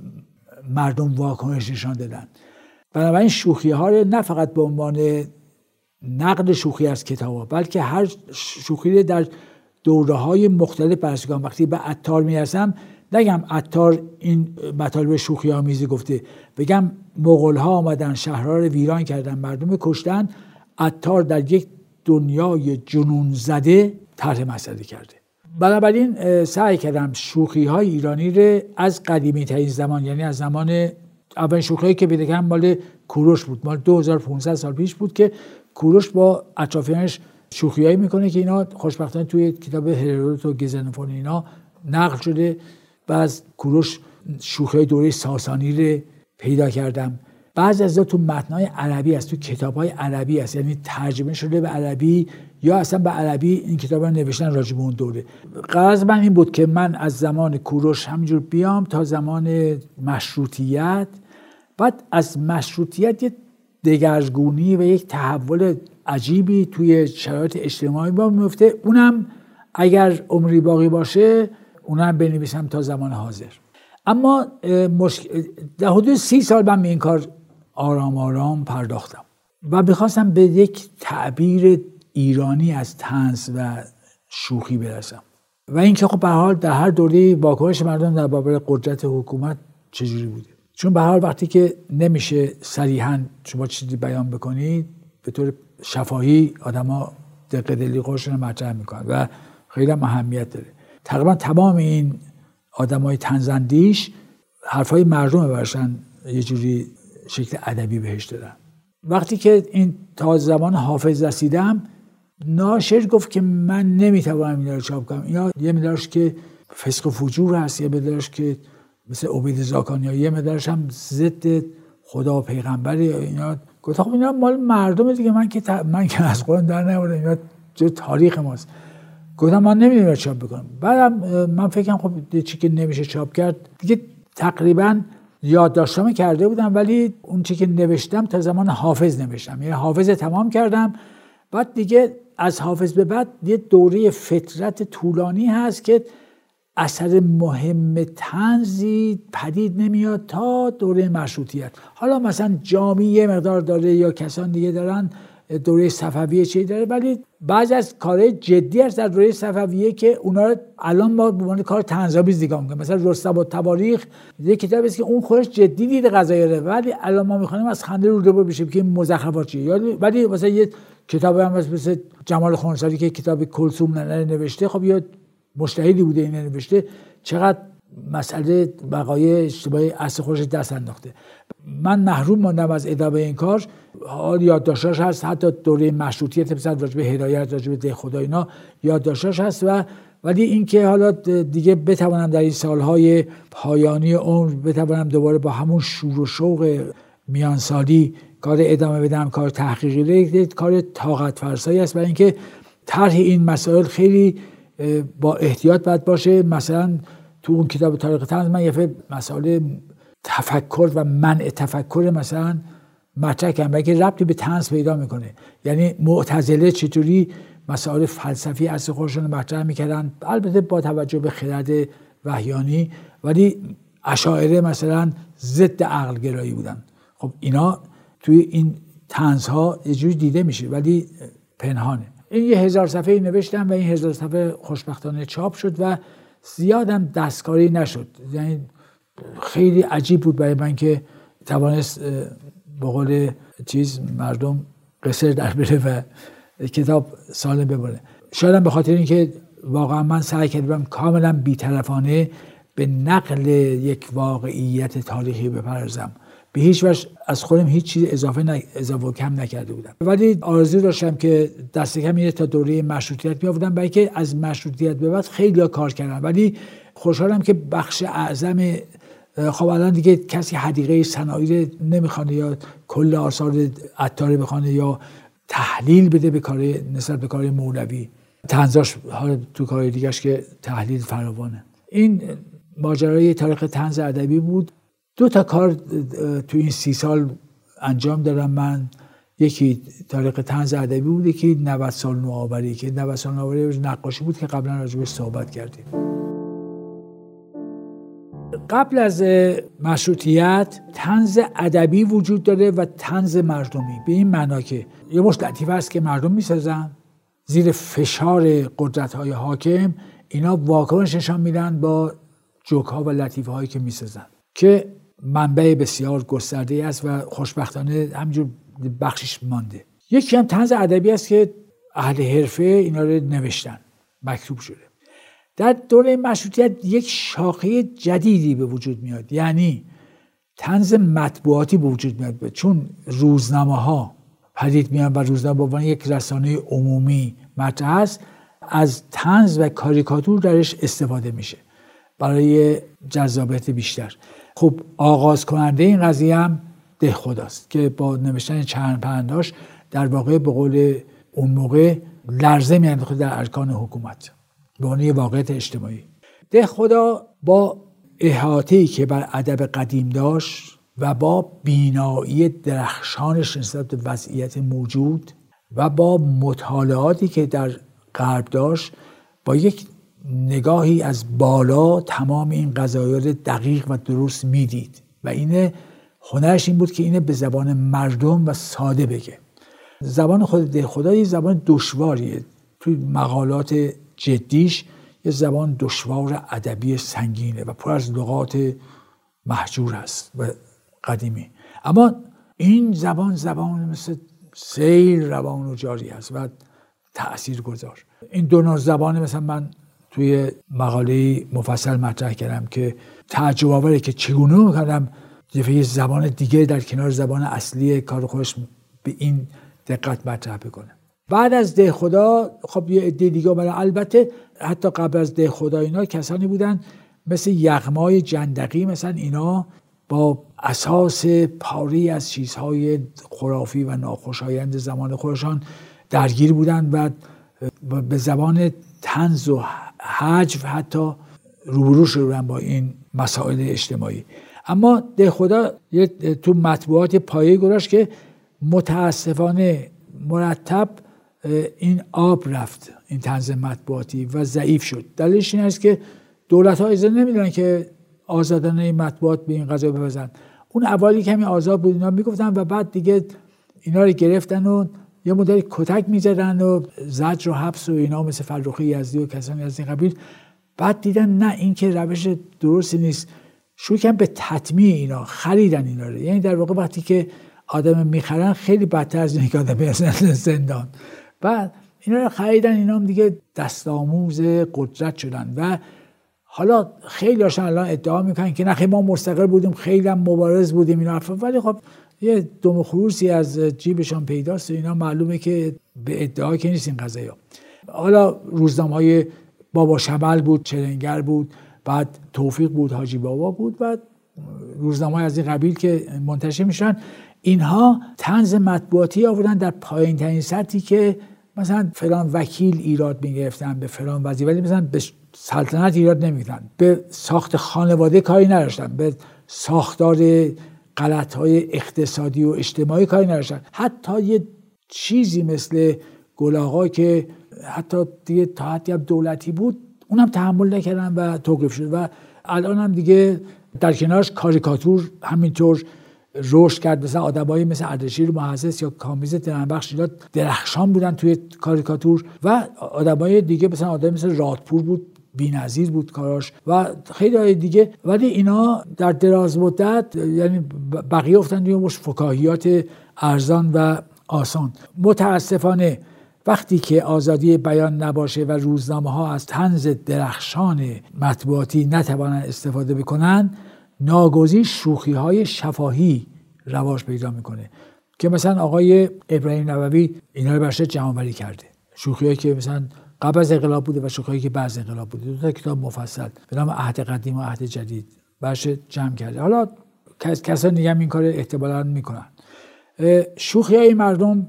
Speaker 3: مردم واکنش نشان دادن. بنابراین شوخی‌ها رو نه فقط به عنوان نقد شوخی از کتاب‌ها، بلکه هر شوخی رو در دوره‌های مختلف بررسی کنم. وقتی به عطار میرسم نگم عطار این مطالب شوخی‌آمیزی گفته، بگم مغول‌ها آمدن شهرها رو ویران کردن، مردم کشتن، عطار در یک دنیای جنون زده طرح مسئله کرده. بنابراین سعی کردم شوخی‌های ایرانی رو از قدیمی ترین زمان، یعنی از زمان اولین شوخی که بگم مال کوروش بود، مال 2500 سال پیش بود که کوروش با اطرافیانش شوخیایی میکنه که اینا خوشبختانه توی کتاب هرودوت و گزنفون اینا نقل شده. بعض کوروش شوخی‌های دوره ساسانی رو پیدا کردم. بعضی از تو متن‌های عربی است، تو کتاب‌های عربی است، یعنی ترجمه شده به عربی یا اصلا به عربی این کتابا نوشتن راجع به اون دوره. غرض من این بود که من از زمان کوروش همینجور بیام تا زمان مشروطیت، بعد از مشروطیت یه دگرگونی و یک تحول عجیبی توی شرایط اجتماعی با میفته. اونم اگر عمری باقی باشه اونم بنویسم تا زمان حاضر. اما در حدود 30 سال من به این کار آرام آرام پرداختم و میخواستم به یک تعبیر ایرانی از طنز و شوخی برسم و اینکه خب به هر حال در هر دوره واکنش مردم در برابر قدرت حکومت چجوری بوده. چون به هر حال وقتی که نمیشه صریحاً شما چیزی بیان بکنید، به طور شفاهی آدما دق دلی خودشون رو مطرح میکنن و خیلی اهمیت داره. تقریبا تمام این آدمای طنزاندیش حرفای مردم برشن یه جوری شکل ادبی بهش دادن. وقتی که این تا زمان حافظ رسیدم، ناشر گفت که من نمیتوانم اینا رو چاپ کنم، یا یه مقدارش که فسق و فجور هست، یه مقدارش که مثل عبید زاکان، یا یه مقدارش هم ضد خدا و پیغمبر یا اینا. گفت خب اینا مال مردم دیگه، من که از قرآن در نمیارم، اینا جو تاریخ ماست. گفتم من نمیدونم چاپ بکنم. بعدم من فکرم خب چی که نمیشه چاپ کرد دیگه، تقریبا یادداشتام کرده بودم، ولی اون چی که نوشتم تا زمان حافظ نوشتم، یعنی حافظ تمام کردم. بعد دیگه از حافظ به بعد یه دوره فترت طولانی هست که اثر مهم طنزی پدید نمیاد تا دوره مشروطیت. حالا مثلا جامی یه مقدار داره یا کسان دیگه دارن دوره صفویه چی داره، ولی بعضی از کارهای جدی هست در دوره صفویه که اونا رو الان ما به عنوان کار طنزآمیز نگاه می‌کنیم. مثلا رستم و تواریخ یک کتابی است که اون خودش جدی دیده قضایا رو، ولی الان ما می‌خونیم از خنده رو بشیم که این مزخرفات چیه. ولی مثلا یه کتاب هم مثل جمال خونساری که کتاب کلثوم نوشته، خب یه مجتهدی بوده این نوشته، چقدر مسئله وقایع اشتباهی اصل خودش دست انداخته. من محروم ماندم از ادامه این کار. حال یادداشتاش هست، حتی دوره مشروطیت مثلا راجع به هدایت، راجع به دهخدا اینا یادداشتاش هست. ولی اینکه حالا دیگه بتوانم در این سالهای پایانی عمر بتوانم دوباره با همون شور و شوق میانسالی کار ادامه بدم، کار تحقیقی، کار طاقت فرسایی است. برای اینکه طرح این مسائل خیلی با احتیاط باید باشه. مثلا تو اون کتاب تاریخ طنز من یه مسئله تفکر و منع تفکر مثلا مطرح کردم که ربطی به طنز پیدا میکنه. یعنی معتزله چطوری مسائل فلسفی اصل خودشون مطرح میکردن، البته با توجه به خرد وحیانی، ولی اشاعره مثلا ضد عقل گرایی بودن. خب اینا توی این طنزها یه جوری دیده میشه ولی پنهانه. این 1000 صفحه نوشتم و این 1000 صفحه خوشبختانه چاپ شد و زیادم دستکاری نشد. یعنی خیلی عجیب بود برای من که توانست به قول مردم قصر در بره و کتاب سالم بمونه. شاید به خاطر اینکه واقعا من سعی کردم کاملا بی‌طرفانه به نقل یک واقعیت تاریخی بپردازم. به هیچ وجه از خودم هیچ چیز اضافه و کم نکرده بودم، ولی آرزو داشتم که دست کم تا دوره مشروطیت بیافتم، برای که از مشروطیت به بعد خیلی کار کردم. ولی خوشحالم که بخش اعظم، خب الان دیگه کسی حدیقه صنایع نمیخوانه یا کل آثار عطار بخوانه یا تحلیل بده به کار نسبت به کار مولوی. طنزاش حالا تو کار دیگه‌اش که تحلیل فراوانه. این ماجرای تاریخ طنز ادبی بود. 2 تا کار تو این 30 سال انجام دادم من. یکی تاریخ طنز ادبی بود، یکی 90 سال نوآوری که 90 سال نوآوری نقاشی بود که قبلا راجعش صحبت کردیم. قبل از مشروطیت طنز ادبی وجود داره و طنز مردمی، به این معنا که یه مشت لطیفه است که مردم میسازن زیر فشار قدرت‌های حاکم، اینا واکنش نشان میدن با جوک‌ها و لطیفه‌هایی که میسازن که منبع بسیار گسترده است و خوشبختانه همینجور بخشش مانده. یکی هم طنز ادبی است که اهل حرفه اینا رو نوشتن، مکتوب شده. در دوره مشروطیت یک شاخه جدیدی به وجود میاد، یعنی طنز مطبوعاتی به وجود میاد، چون روزنامه‌ها پدید میان و روزنامه به عنوان یک رسانه عمومی مطرح است، از طنز و کاریکاتور درش استفاده میشه برای جذابیت بیشتر. خب آغاز کننده این قضیه هم دهخداست که با نوشتن چند پنداش در واقع به قول اون موقع لرزه میانداخت در ارکان حکومت به عنوان یه واقعیت اجتماعی. دهخدا با احاطه‌ای که بر ادب قدیم داشت و با بینایی درخشانش نسبت به وضعیت موجود و با مطالعاتی که در غرب داشت، با یک نگاهی از بالا تمام این قضایا رو دقیق و درست میدید و اینه هنرش این بود که اینه به زبان مردم و ساده بگه. زبان خود دهخدا یه زبان دشواریه، توی مقالات جدیش یه زبان دشوار ادبی سنگینه و پر از لغات محجور هست و قدیمی، اما این زبان مثل سیل روان و جاری هست و تأثیر گذار. این 2 نوع زبان مثلا من توی مقاله مفصل مطرح کردم که تعجب آوره که چگونه می‌کنم یه زبان دیگه در کنار زبان اصلی کار خودش به این دقت مطرح بکنه. بعد از دهخدا خب یه عده دیگه اومدن. البته حتی قبل از دهخدا اینا کسانی بودن مثل یغمای جندقی، مثلا اینا با اساس پاری از چیزهای خرافی و ناخوشایند زمان خودشان درگیر بودن و به زبان طنز و هجو حتی روبرو شدن با این مسائل اجتماعی. اما دهخدا تو مطبوعات پایه گذاشت که متاسفانه مرتب این آب رفت، این طنز مطبوعاتی و ضعیف شد. دلیلش این است که دولت‌ها اجازه نمیدن که آزادانه این مطبوعات به این قضیه بپردازن. اون اولی کمی آزاد بود اینا میگفتن و بعد دیگه اینا رو گرفتن و یه مدتی کتک می‌زدن و زجر و حبس و اینا، مثل فرخی یزدی و کسانی از این قبیل. بعد دیدن نه، این که روش درستی نیست، شروع کردن به تطمیع اینا، خریدن اینا رو. یعنی در واقع وقتی که آدم میخرن خیلی بدتر از اینکه آدم برسن زندان. بعد اینا رو خریدن، اینا هم دیگه دست آموز قدرت شدن و حالا خیلی هاشون الان ادعا میکنن که نه ما مستقل بودیم، خیلی هم مبارز بودیم اینا، ولی خب یه دم خروسی از جیبشان پیداست و اینا معلومه که به ادعا که نیست این قضایا. حالا روزنامه‌های بابا شمل بود، چلنگر بود، بعد توفیق بود، حاجی بابا بود، بعد روزنامه‌های از این قبیل که منتشر میشن، اینها طنز مطبوعاتی آوردن در پایین ترین سطحی که مثلا فلان وکیل ایراد میگرفتن به فلان وزیر، ولی مثلا به سلطنت ایراد نمیگرفتن، به ساخت خانواده کاری نداشتن، به ساختار غلط‌های اقتصادی و اجتماعی کاری نداشتن. حتی یه چیزی مثل گلاغا که حتی دیگه تا حدی دولتی بود، اونم تحمل نکردن و توقیف شد. و الان هم دیگه در کنارش کاریکاتور همینطور رشد کرد. مثلا آدمایی مثل اردشیر محسس یا کامیز درنبخش درخشان بودن توی کاریکاتور و آدمای دیگه مثلا آدم مثل رادپور بود، بی‌نظیر بود کاراش و خیلی دیگه. ولی اینا در دراز مدت یعنی بقیه افتادن توی مش فکاهیات ارزان و آسان. متاسفانه وقتی که آزادی بیان نباشه و روزنامه‌ها از طنز درخشان مطبوعاتی نتوانند استفاده بکنن، ناگزیر شوخی‌های شفاهی رواج پیدا میکنه که مثلا آقای ابراهیم نووی اینا رو برش جمع‌آوری کرده. شوخی‌هایی که مثلا قبل از انقلاب بوده و شوخی‌هایی که بعد از انقلاب بوده. دو تا کتاب مفصل به نام عهد قدیم و عهد جدید برش جمع کرده. حالا کسانی دیگه هم این کار احتمالاً میکنن. شوخی‌های مردم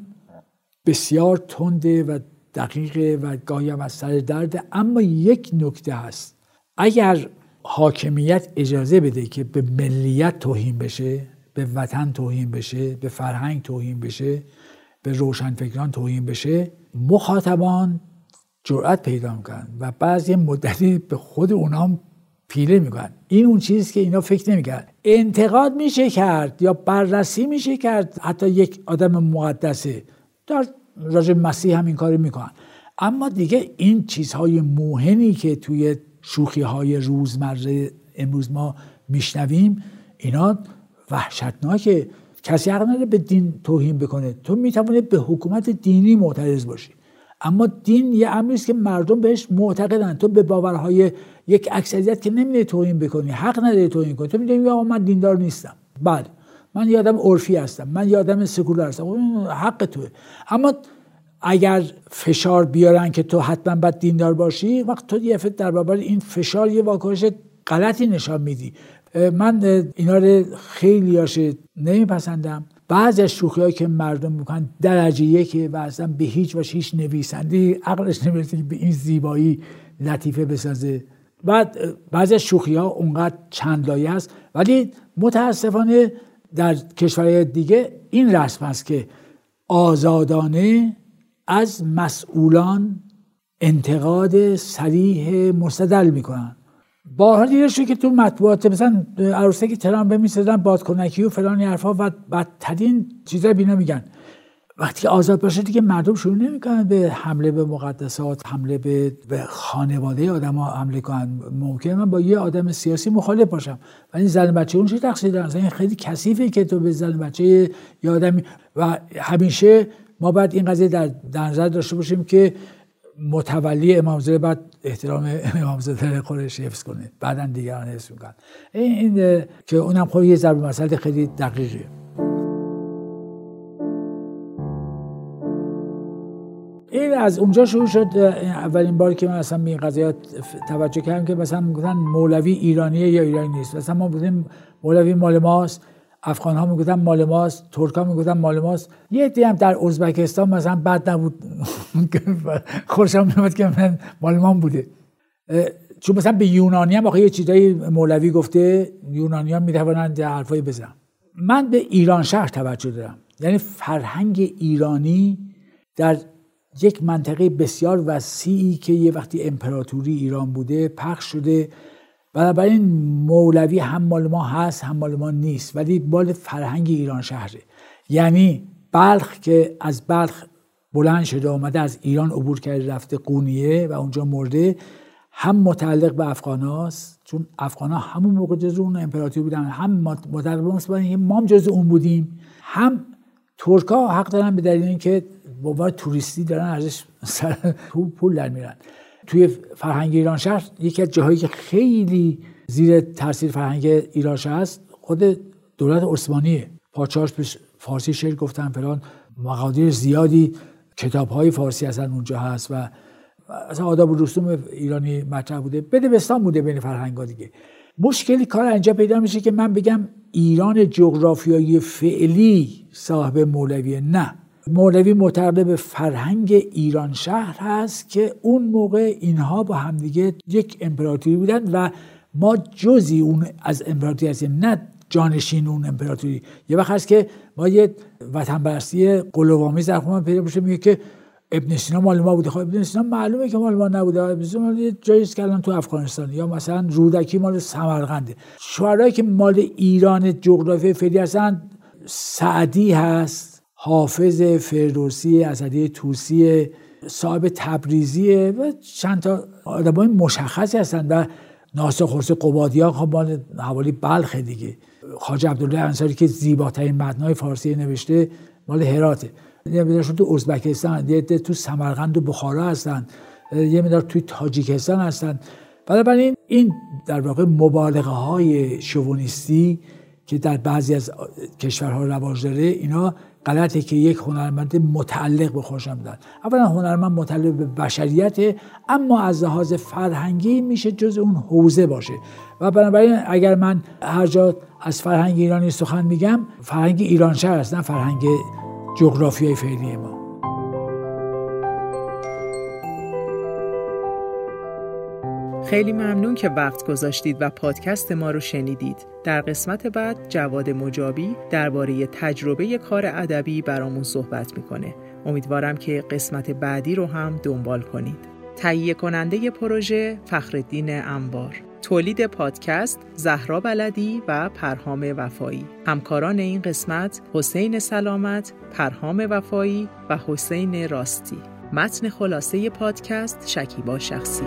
Speaker 3: بسیار تنده و دقیقه و گاهی هم از سر درده. اما یک نکته هست، اگر حاکمیت اجازه بده که به ملیت توهین بشه، به وطن توهین بشه، به فرهنگ توهین بشه، به روشنفکران توهین بشه، مخاطبان جرأت پیدا میکنن و بعضی مدتی به خود اونام پیله میکنن. این اون چیزی که اینا فکر نمیکنن. انتقاد میشه کرد یا بررسی میشه کرد، حتی یک آدم مقدسه در راجع مسیح هم این کارو میکنن. اما دیگه این چیزهای موهنی که توی شوخی‌های روزمره امروز ما میشنویم، اینا وحشتناکه. کسی حق نداره به دین توهین بکنه. تو میتونی به حکومت دینی معترض باشی، اما دین یه امری است که مردم بهش معتقدن. تو به باورهای یک اکثریت که نمیتونی توهین بکنی، حق نداری توهین کنی. تو میگی آقا من دیندار نیستم، بله من یه آدم عرفی هستم، من یه آدم سکولار هستم، حق توه. اما اگر فشار بیارن که تو حتما باید دیندار باشی، وقت تو یه در برابر این فشار یه واکنش غلطی نشان میدی. من اینا رو خیلیاش نمیپسندم. بعضی از شوخی‌هایی که مردم میکنن درجه یکه و اصلا به هیچ وجه هیچ نویسنده عقلش نمیرسه که به این زیبایی لطیفه بسازه. بعد بعضی از شوخی‌ها اونقدر چند لایه است، ولی متاسفانه در کشورهای دیگه این رسم است که آزادانه از مسئولان انتقاد صریح مستدل میکنن. بارها دیده شد که تو مطبوعات مثلا عروسه که ترامپ میسازن بادکنکی و فلان حرفا و بدترین چیزا بینا میگن. وقتی آزاد باشه دیگه مردم شروع نمیکنن به حمله به مقدسات، حمله به خانواده آدم‌ها حمله کنن. ممکنه من با یه آدم سیاسی مخالف باشم، ولی زن بچه اون چه تقصیر دارن؟ این خیلی کثیفه که تو به زن بچه یه آدمی. و همیشه ما باید این قضیه در نظر داشته باشیم که متولی امامزاده باید احترام امامزاده خودش حفظ کنه، بعداً دیگران حفظ میکنن. این که اونم خب یه ضرب مسئله خیلی دقیقه. این از اونجا شروع شد. اولین باری که من اصلا به این قضیات توجه کردم که مثلا میگفتن مولوی ایرانیه یا ایرانی نیست. مثلا ما بودیم مولوی مال ماست، افغان ها میگفتن مال ماست، ترک ها میگفتن مال ماست. یه عده هم در ازبکستان مثلا بد نبود، خوشم میاد که من مال ما بوده. چون مثلا به یونانی هم یه چیزای مولوی گفته، یونانی ها میتوانند حرفای بزنن. من به ایران شهر توجه دارم، یعنی فرهنگ ایرانی در یک منطقه بسیار وسیعی که یه وقتی امپراتوری ایران بوده پخش شده. بنابراین مولوی هم مال ما هست هم مال ما نیست، ولی مال فرهنگ ایران شهره. یعنی بلخ که از بلخ بلند شده اومده از ایران عبور کرده رفته قونیه و اونجا مرده، هم متعلق به افغاناست، چون افغانا همون موقع جزو اون امپراتوری بودن، هم متعلق به اینکه ما هم جزو اون بودیم، هم ترک‌ها حق دارن به دلیل اینکه به عنوان توریستی دارن ارزش پول در میرن. توی فرهنگ ایران شهر یکی از جاهایی که خیلی زیر تاثیر فرهنگ ایران شهر است خود دولت عثمانیه. پادشاهش به فارسی شعر گفتن فلان، مقادیر زیادی کتاب‌های فارسی اصلا اونجا هست و اصلا آداب و رسوم ایرانی مطرح بوده، بدبستان بوده بین فرهنگ‌ها دیگه. مشکلی کار اینجا پیدا میشه که من بگم ایران جغرافیایی فعلی صاحب مولویه. نه، مولوی متعلق به فرهنگ ایران شهر هست که اون موقع اینها با همدیگه یک امپراتوری بودن و ما جزئی اون از امپراتوری هستیم، نه جانشین اون امپراتوری. یه وقت هست که ما یه وطن پرستی قلوآمیز در خودمون پیدا میشه، میگه که ابن سینا مال ما بوده. خب ابن سینا معلومه که مال ما نبوده، ابن سینا مال یه جایی است که الان تو افغانستان، یا مثلا رودکی مال سمرقنده. شعرایی که مال ایران جغرافی فعلی هستن سعدی هست، حافظ، فردوسی، اسدی طوسی، صاحب تبریزیه و چند تا آدمای مشخصی هستن و ناصر خسرو قبادیان خب مال حوالی بلخ دیگه. خواجه عبدالله انصاری که زیباترین متن‌های فارسی نوشته مال هراته. یه مقدار تو ازبکستان، یه تو سمرقند و بخارا هستن، یه مقدار توی تاجیکستان هستن. بنابراین این در واقع مبالغه‌های شوونیستی که در بعضی از کشورها رواج داره، اینا غلطه که یک هنرمند متعلق به خودش میدن. اولا هنرمند متعلق به بشریت، اما از لحاظ فرهنگی میشه جز اون حوزه باشه. و بنابراین اگر من هر جا از فرهنگ ایرانی سخن میگم، فرهنگ ایران شهر است، نه فرهنگ جغرافیای فعلی ما.
Speaker 1: خیلی ممنون که وقت گذاشتید و پادکست ما رو شنیدید. در قسمت بعد جواد مجابی درباره تجربه کار ادبی برامون صحبت میکنه. امیدوارم که قسمت بعدی رو هم دنبال کنید. تهیه کننده پروژه فخرالدین انبار، تولید پادکست زهرا بلدی و پرهام وفایی. همکاران این قسمت حسین سلامت، پرهام وفایی و حسین راستی. متن خلاصه پادکست شکیبا شخصیان.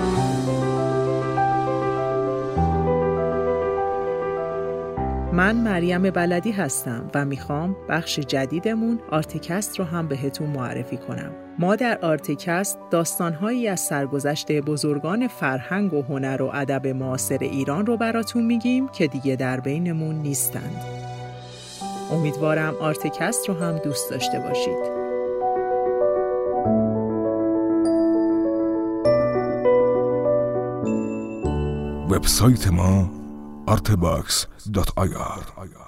Speaker 1: من مریم بلدی هستم و میخوام بخش جدیدمون آرتکست رو هم بهتون معرفی کنم. ما در آرتکست داستانهایی از سرگذشت بزرگان فرهنگ و هنر و ادب معاصر ایران رو براتون میگیم که دیگه در بینمون نیستند. امیدوارم آرتکست رو هم دوست داشته باشید.
Speaker 2: وبسایت ما artbox.ir